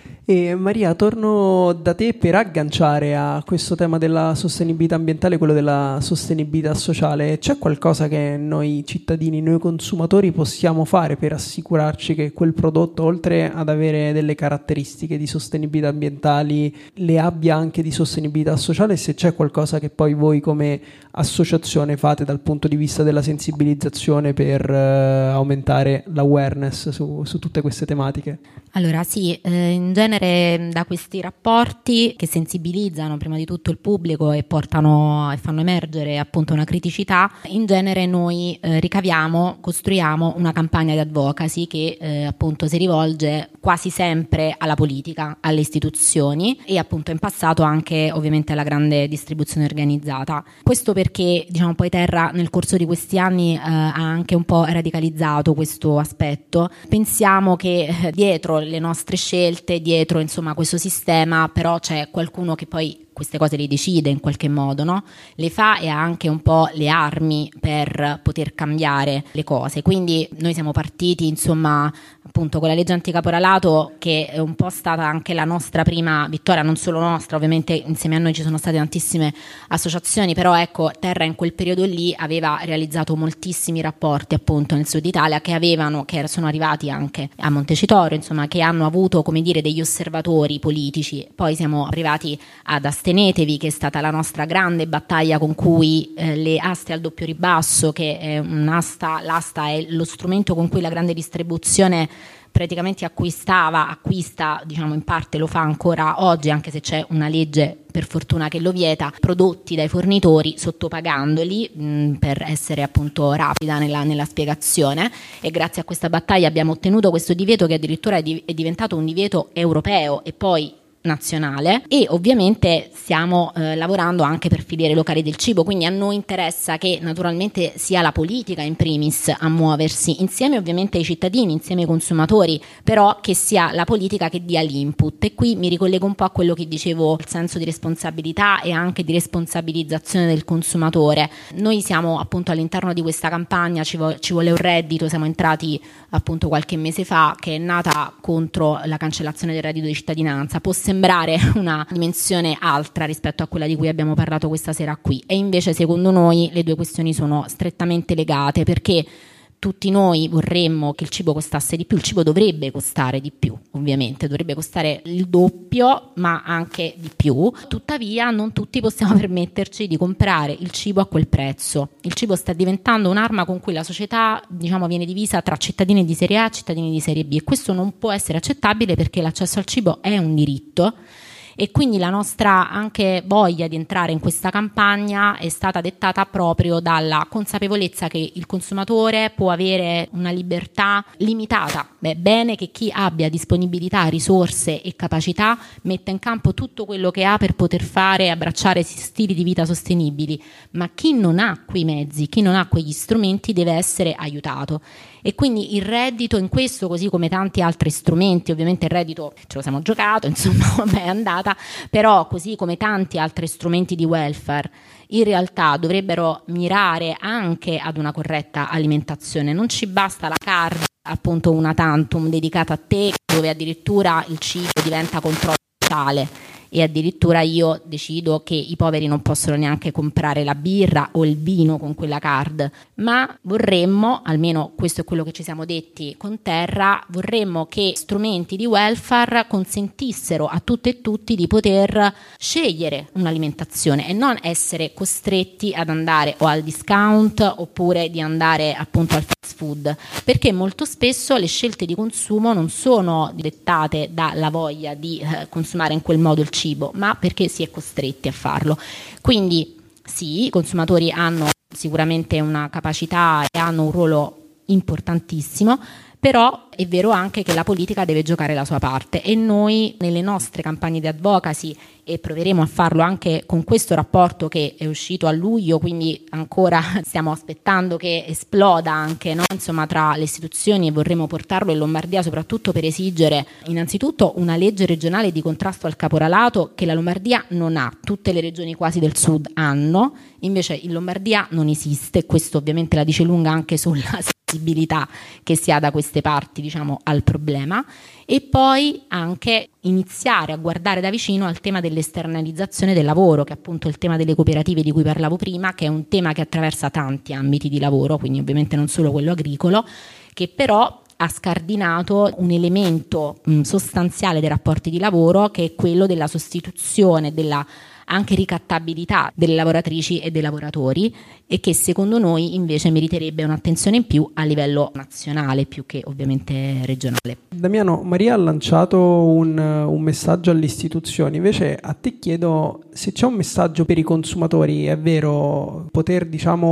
E Maria, torno da te per agganciare a questo tema della sostenibilità ambientale, quello della sostenibilità sociale. C'è qualcosa che noi cittadini, noi consumatori possiamo fare per assicurarci che quel prodotto, oltre ad avere delle caratteristiche di sostenibilità ambientali, le abbia anche di sostenibilità sociale? E se c'è qualcosa che poi voi come associazione fate dal punto di vista della sensibilizzazione per aumentare l'awareness su tutte queste tematiche? Allora sì, in genere da questi rapporti che sensibilizzano prima di tutto il pubblico e portano e fanno emergere appunto una criticità, in genere noi costruiamo una campagna di advocacy che appunto si rivolge quasi sempre alla politica, alle istituzioni e appunto in passato anche ovviamente alla grande distribuzione organizzata. Questo perché diciamo poi Terra nel corso di questi anni ha anche un po' radicalizzato questo aspetto. Pensiamo che dietro le nostre scelte, dietro insomma questo sistema, però c'è qualcuno che poi queste cose le decide in qualche modo, no? Le fa e ha anche un po' le armi per poter cambiare le cose. Quindi noi siamo partiti insomma appunto con la legge anticaporalato, che è un po' stata anche la nostra prima vittoria, non solo nostra, ovviamente insieme a noi ci sono state tantissime associazioni, però ecco Terra in quel periodo lì aveva realizzato moltissimi rapporti appunto nel Sud Italia che sono arrivati anche a Montecitorio, insomma, che hanno avuto come dire degli osservatori politici. Poi siamo arrivati ad Astenetevi, che è stata la nostra grande battaglia con cui le aste al doppio ribasso, che è l'asta è lo strumento con cui la grande distribuzione praticamente acquista, diciamo in parte lo fa ancora oggi, anche se c'è una legge per fortuna che lo vieta, prodotti dai fornitori sottopagandoli per essere appunto rapida nella spiegazione, e grazie a questa battaglia abbiamo ottenuto questo divieto che addirittura è diventato un divieto europeo e poi nazionale, e ovviamente stiamo lavorando anche per filiere locali del cibo, quindi a noi interessa che naturalmente sia la politica in primis a muoversi insieme ovviamente ai cittadini, insieme ai consumatori, però che sia la politica che dia l'input. E qui mi ricollego un po' a quello che dicevo, il senso di responsabilità e anche di responsabilizzazione del consumatore. Noi siamo appunto all'interno di questa campagna ci vuole un reddito, siamo entrati appunto qualche mese fa, che è nata contro la cancellazione del reddito di cittadinanza. Può sembrare una dimensione altra rispetto a quella di cui abbiamo parlato questa sera qui, e invece secondo noi le due questioni sono strettamente legate, perché tutti noi vorremmo che il cibo costasse di più, il cibo dovrebbe costare di più, ovviamente dovrebbe costare il doppio ma anche di più, tuttavia non tutti possiamo permetterci di comprare il cibo a quel prezzo. Il cibo sta diventando un'arma con cui la società, diciamo, viene divisa tra cittadini di serie A e cittadini di serie B, e questo non può essere accettabile, perché l'accesso al cibo è un diritto. E quindi la nostra anche voglia di entrare in questa campagna è stata dettata proprio dalla consapevolezza che il consumatore può avere una libertà limitata. Bene che chi abbia disponibilità, risorse e capacità metta in campo tutto quello che ha per poter fare e abbracciare stili di vita sostenibili, ma chi non ha quei mezzi, chi non ha quegli strumenti deve essere aiutato. E quindi il reddito in questo, così come tanti altri strumenti, ovviamente il reddito ce lo siamo giocato, insomma vabbè, è andata, però così come tanti altri strumenti di welfare in realtà dovrebbero mirare anche ad una corretta alimentazione. Non ci basta la card, appunto una tantum dedicata a te, dove addirittura il cibo diventa controllo totale e addirittura io decido che i poveri non possono neanche comprare la birra o il vino con quella card, ma vorremmo, almeno questo è quello che ci siamo detti con Terra, vorremmo che strumenti di welfare consentissero a tutte e tutti di poter scegliere un'alimentazione e non essere costretti ad andare o al discount oppure di andare appunto al fast food, perché molto spesso le scelte di consumo non sono dettate dalla voglia di consumare in quel modo il cibo, ma perché si è costretti a farlo. Quindi sì, i consumatori hanno sicuramente una capacità e hanno un ruolo importantissimo, però È vero anche che la politica deve giocare la sua parte, e noi nelle nostre campagne di advocacy, e proveremo a farlo anche con questo rapporto che è uscito a luglio, quindi ancora stiamo aspettando che esploda anche, no? Insomma, tra le istituzioni, e vorremmo portarlo in Lombardia soprattutto per esigere innanzitutto una legge regionale di contrasto al caporalato che la Lombardia non ha, tutte le regioni quasi del sud hanno, invece in Lombardia non esiste, e questo ovviamente la dice lunga anche sulla sensibilità che si ha da queste parti, diciamo, al problema. E poi anche iniziare a guardare da vicino al tema dell'esternalizzazione del lavoro, che è appunto il tema delle cooperative di cui parlavo prima, che è un tema che attraversa tanti ambiti di lavoro, quindi ovviamente non solo quello agricolo, che però ha scardinato un elemento sostanziale dei rapporti di lavoro, che è quello della sostituzione, della anche ricattabilità delle lavoratrici e dei lavoratori, e che secondo noi invece meriterebbe un'attenzione in più a livello nazionale più che ovviamente regionale. Damiano, Maria ha lanciato un messaggio alle istituzioni, invece a te chiedo se c'è un messaggio per i consumatori. È vero, poter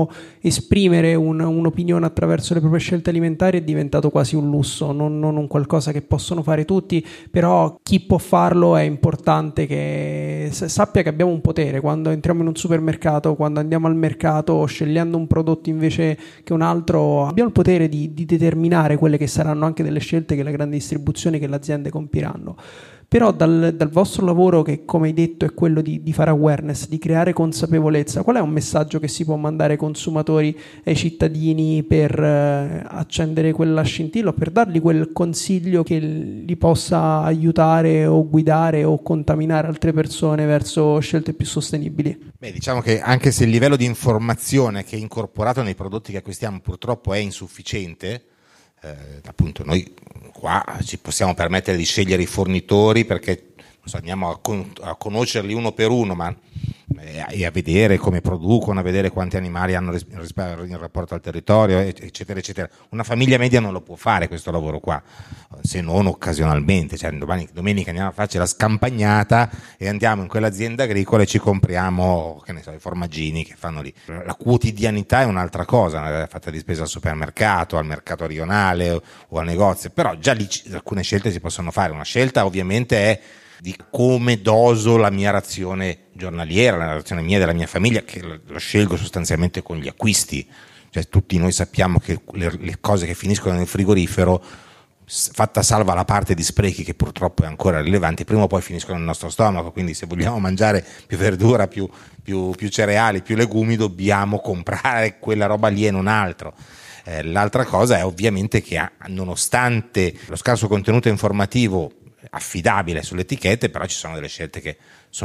esprimere un'opinione attraverso le proprie scelte alimentari è diventato quasi un lusso, non un qualcosa che possono fare tutti, però chi può farlo è importante che sappia che abbiamo un potere quando entriamo in un supermercato, quando andiamo al mercato scegliendo un prodotto invece che un altro, abbiamo il potere di determinare quelle che saranno anche delle scelte che la grande distribuzione, che le aziende compiranno. Però dal vostro lavoro, che come hai detto è quello di fare awareness, di creare consapevolezza, qual è un messaggio che si può mandare ai consumatori, ai cittadini, per accendere quella scintilla, per dargli quel consiglio che li possa aiutare o guidare o contaminare altre persone verso scelte più sostenibili? Beh, diciamo che anche se il livello di informazione che è incorporato nei prodotti che acquistiamo purtroppo è insufficiente, appunto noi qua ci possiamo permettere di scegliere i fornitori perché andiamo a conoscerli uno per uno, ma e a vedere come producono, a vedere quanti animali hanno in rapporto al territorio, eccetera eccetera. Una famiglia media non lo può fare questo lavoro qua, se non occasionalmente, cioè domenica andiamo a farci la scampagnata e andiamo in quell'azienda agricola e ci compriamo, che ne so, i formaggini che fanno lì. La quotidianità è un'altra cosa, fatta di spesa al supermercato, al mercato rionale o al negozio, però già lì alcune scelte si possono fare. Una scelta ovviamente è di come doso la mia razione giornaliera, la razione mia e della mia famiglia, che lo scelgo sostanzialmente con gli acquisti. Cioè, tutti noi sappiamo che le cose che finiscono nel frigorifero, fatta salva la parte di sprechi che purtroppo è ancora rilevante, prima o poi finiscono nel nostro stomaco, quindi se vogliamo mangiare più verdura, più cereali, più legumi, dobbiamo comprare quella roba lì e non altro. L'altra cosa è ovviamente che nonostante lo scarso contenuto informativo affidabile sulle etichette, però ci sono delle scelte che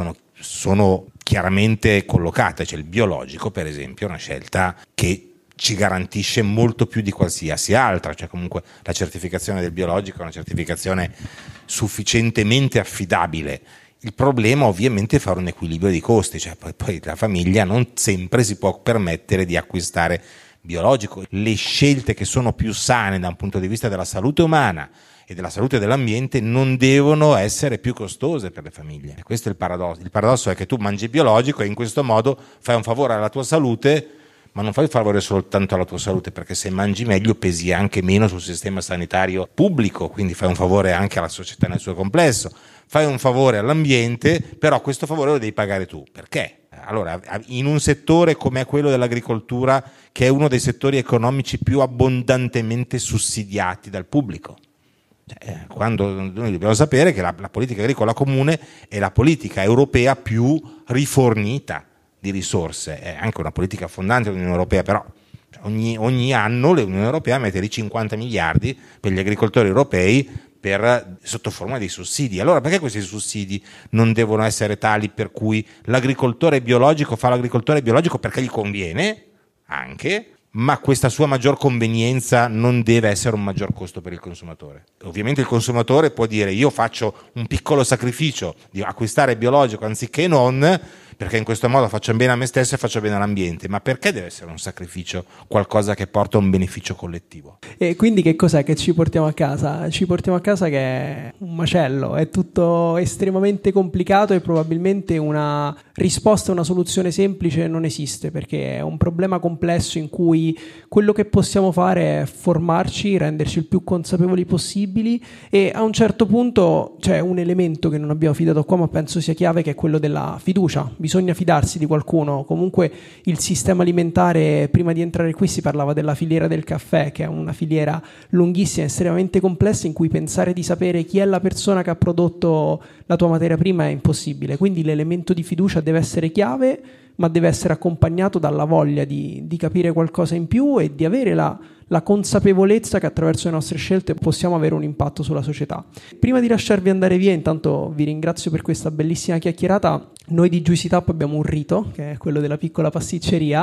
sono chiaramente collocate. Cioè il biologico, per esempio, è una scelta che ci garantisce molto più di qualsiasi altra, cioè comunque la certificazione del biologico è una certificazione sufficientemente affidabile. Il problema ovviamente è fare un equilibrio di costi, cioè poi la famiglia non sempre si può permettere di acquistare biologico. Le scelte che sono più sane da un punto di vista della salute umana e della salute dell'ambiente non devono essere più costose per le famiglie. E questo è il paradosso. Il paradosso è che tu mangi biologico e in questo modo fai un favore alla tua salute, ma non fai un favore soltanto alla tua salute, perché se mangi meglio pesi anche meno sul sistema sanitario pubblico, quindi fai un favore anche alla società nel suo complesso, fai un favore all'ambiente, però questo favore lo devi pagare tu. Perché? Allora, in un settore come quello dell'agricoltura, che è uno dei settori economici più abbondantemente sussidiati dal pubblico, quando noi dobbiamo sapere che la politica agricola comune è la politica europea più rifornita di risorse, è anche una politica fondante dell'Unione Europea, però ogni anno l'Unione Europea mette lì 50 miliardi per gli agricoltori europei sotto forma di sussidi. Allora perché questi sussidi non devono essere tali per cui l'agricoltore biologico fa l'agricoltore biologico perché gli conviene anche, ma questa sua maggior convenienza non deve essere un maggior costo per il consumatore. Ovviamente il consumatore può dire: io faccio un piccolo sacrificio di acquistare biologico anziché non, perché in questo modo faccio bene a me stesso e faccio bene all'ambiente. Ma perché deve essere un sacrificio, qualcosa che porta a un beneficio collettivo? E quindi che cos'è che ci portiamo a casa? Ci portiamo a casa che è un macello, è tutto estremamente complicato e probabilmente una risposta, una soluzione semplice non esiste, perché è un problema complesso in cui quello che possiamo fare è formarci, renderci il più consapevoli possibili, e a un certo punto c'è un elemento che non abbiamo affrontato qua ma penso sia chiave, che è quello della fiducia. Bisogna fidarsi di qualcuno. Comunque il sistema alimentare, prima di entrare qui si parlava della filiera del caffè, che è una filiera lunghissima, estremamente complessa, in cui pensare di sapere chi è la persona che ha prodotto la tua materia prima è impossibile. Quindi l'elemento di fiducia deve essere chiave, ma deve essere accompagnato dalla voglia di capire qualcosa in più e di avere la consapevolezza che attraverso le nostre scelte possiamo avere un impatto sulla società. Prima di lasciarvi andare via, intanto vi ringrazio per questa bellissima chiacchierata. Noi di Juicy Tap abbiamo un rito, che è quello della piccola pasticceria,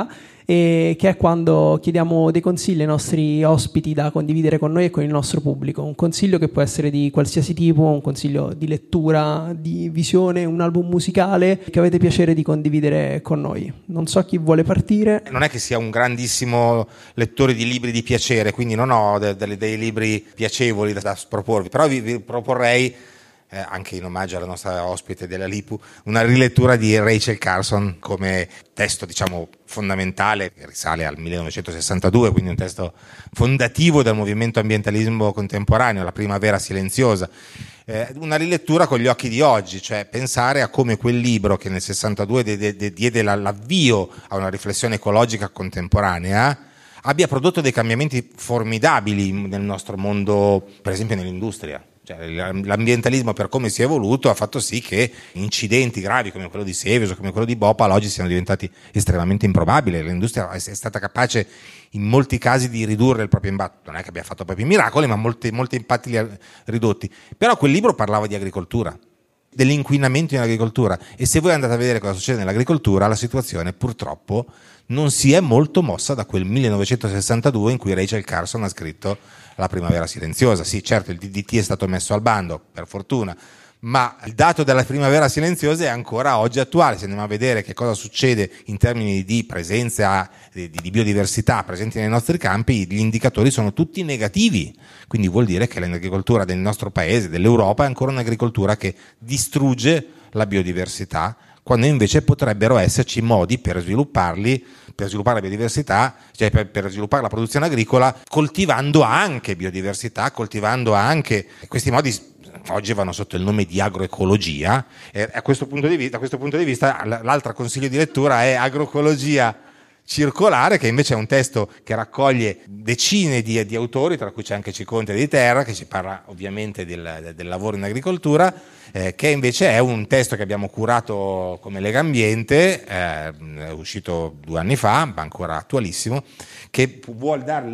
e che è quando chiediamo dei consigli ai nostri ospiti da condividere con noi e con il nostro pubblico. Un consiglio che può essere di qualsiasi tipo, un consiglio di lettura, di visione, un album musicale che avete piacere di condividere con noi. Non so chi vuole partire. Non è che sia un grandissimo lettore di libri di piacere, quindi non ho dei libri piacevoli da proporvi, però vi proporrei, anche in omaggio alla nostra ospite della Lipu, una rilettura di Rachel Carson come testo, diciamo, fondamentale, che risale al 1962, quindi un testo fondativo del movimento ambientalismo contemporaneo, La primavera silenziosa. Una rilettura con gli occhi di oggi, cioè pensare a come quel libro che nel 62 diede l'avvio a una riflessione ecologica contemporanea abbia prodotto dei cambiamenti formidabili nel nostro mondo, per esempio nell'industria. Cioè, l'ambientalismo, per come si è evoluto, ha fatto sì che incidenti gravi come quello di Seveso, come quello di Bhopal, oggi siano diventati estremamente improbabili. L'industria è stata capace in molti casi di ridurre il proprio impatto. Non è che abbia fatto proprio miracoli, ma molti impatti li ha ridotti. Però quel libro parlava di agricoltura, dell'inquinamento in agricoltura, e se voi andate a vedere cosa succede nell'agricoltura, la situazione purtroppo non si è molto mossa da quel 1962 in cui Rachel Carson ha scritto La primavera silenziosa. Sì, certo, il DDT è stato messo al bando, per fortuna, ma il dato della primavera silenziosa è ancora oggi attuale. Se andiamo a vedere che cosa succede in termini di presenza di biodiversità presenti nei nostri campi, gli indicatori sono tutti negativi, quindi vuol dire che l'agricoltura del nostro paese, dell'Europa, è ancora un'agricoltura che distrugge la biodiversità, quando invece potrebbero esserci modi per sviluppare la biodiversità, cioè per sviluppare la produzione agricola, coltivando anche biodiversità, coltivando anche questi modi. Oggi vanno sotto il nome di agroecologia. Da questo punto di vista l'altro consiglio di lettura è Agroecologia circolare, che invece è un testo che raccoglie decine di autori, tra cui c'è anche Ciconte di Terra, che ci parla ovviamente del lavoro in agricoltura, che invece è un testo che abbiamo curato come Lega Ambiente, è uscito 2 anni fa, ma ancora attualissimo, che vuol dare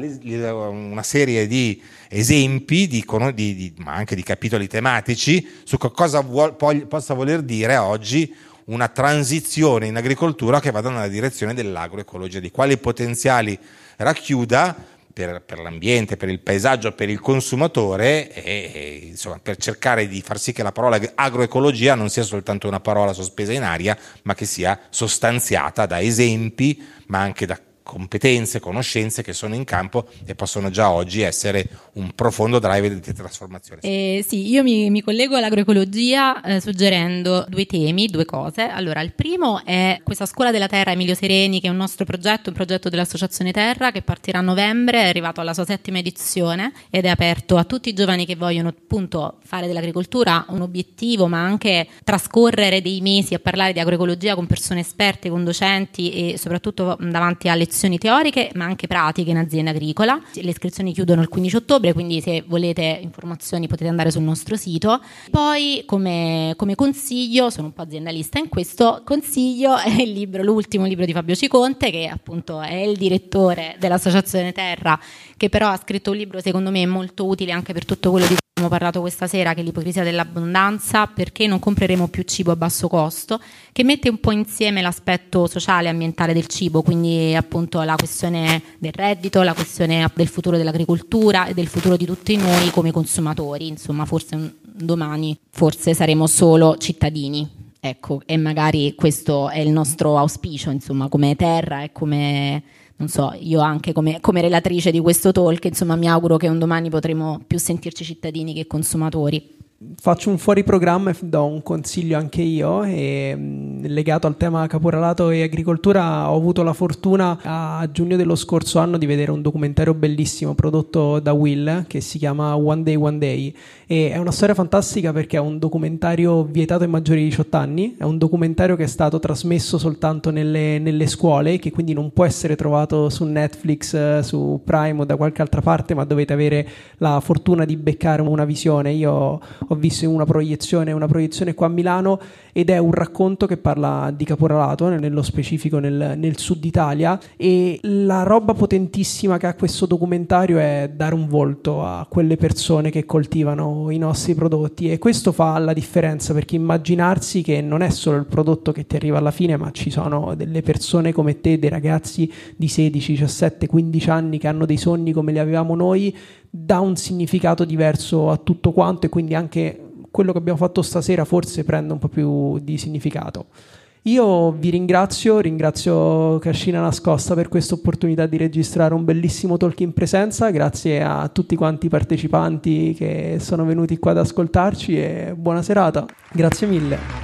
una serie di esempi, ma anche di capitoli tematici su cosa possa voler dire oggi una transizione in agricoltura che vada nella direzione dell'agroecologia, di quali potenziali racchiuda per l'ambiente, per il paesaggio, per il consumatore, e insomma per cercare di far sì che la parola agroecologia non sia soltanto una parola sospesa in aria, ma che sia sostanziata da esempi, ma anche da competenze, conoscenze che sono in campo e possono già oggi essere un profondo driver di trasformazione. Sì, io mi collego all'agroecologia suggerendo 2 temi, 2 cose. Allora, il primo è questa Scuola della Terra Emilio Sereni, che è un nostro progetto, un progetto dell'Associazione Terra, che partirà a novembre, è arrivato alla sua 7ª edizione ed è aperto a tutti i giovani che vogliono appunto fare dell'agricoltura un obiettivo, ma anche trascorrere dei mesi a parlare di agroecologia con persone esperte, con docenti e soprattutto davanti a lezioni teoriche ma anche pratiche in azienda agricola. Le iscrizioni chiudono il 15 ottobre, quindi se volete informazioni potete andare sul nostro sito. Poi come consiglio, sono un po' aziendalista in questo, consiglio è l'ultimo libro di Fabio Ciconte, che appunto è il direttore dell'Associazione Terra, che però ha scritto un libro secondo me molto utile anche per tutto quello di cui abbiamo parlato questa sera, che è l'ipocrisia dell'abbondanza, perché non compreremo più cibo a basso costo, che mette un po' insieme l'aspetto sociale e ambientale del cibo, quindi appunto la questione del reddito, la questione del futuro dell'agricoltura e del futuro di tutti noi come consumatori. Insomma, forse domani saremo solo cittadini. ecco, e magari questo è il nostro auspicio, insomma, come Terra e come, non so, io anche come relatrice di questo talk, insomma, mi auguro che un domani potremo più sentirci cittadini che consumatori. Faccio un fuori programma e do un consiglio anche io, legato al tema caporalato e agricoltura. Ho avuto la fortuna a giugno dello scorso anno di vedere un documentario bellissimo prodotto da Will che si chiama One Day One Day, e è una storia fantastica perché è un documentario vietato ai maggiori di 18 anni, è un documentario che è stato trasmesso soltanto nelle scuole, che quindi non può essere trovato su Netflix, su Prime o da qualche altra parte, ma dovete avere la fortuna di beccare una visione. Io ho visto una proiezione qua a Milano, ed è un racconto che parla di caporalato, nello specifico nel sud Italia, e la roba potentissima che ha questo documentario è dare un volto a quelle persone che coltivano i nostri prodotti, e questo fa la differenza, perché immaginarsi che non è solo il prodotto che ti arriva alla fine, ma ci sono delle persone come te, dei ragazzi di 16, 17, 15 anni che hanno dei sogni come li avevamo noi, dà un significato diverso a tutto quanto, e quindi anche quello che abbiamo fatto stasera forse prende un po' più di significato. Io vi ringrazio Cascina Nascosta per questa opportunità di registrare un bellissimo talk in presenza, grazie a tutti quanti i partecipanti che sono venuti qua ad ascoltarci, e buona serata, grazie mille.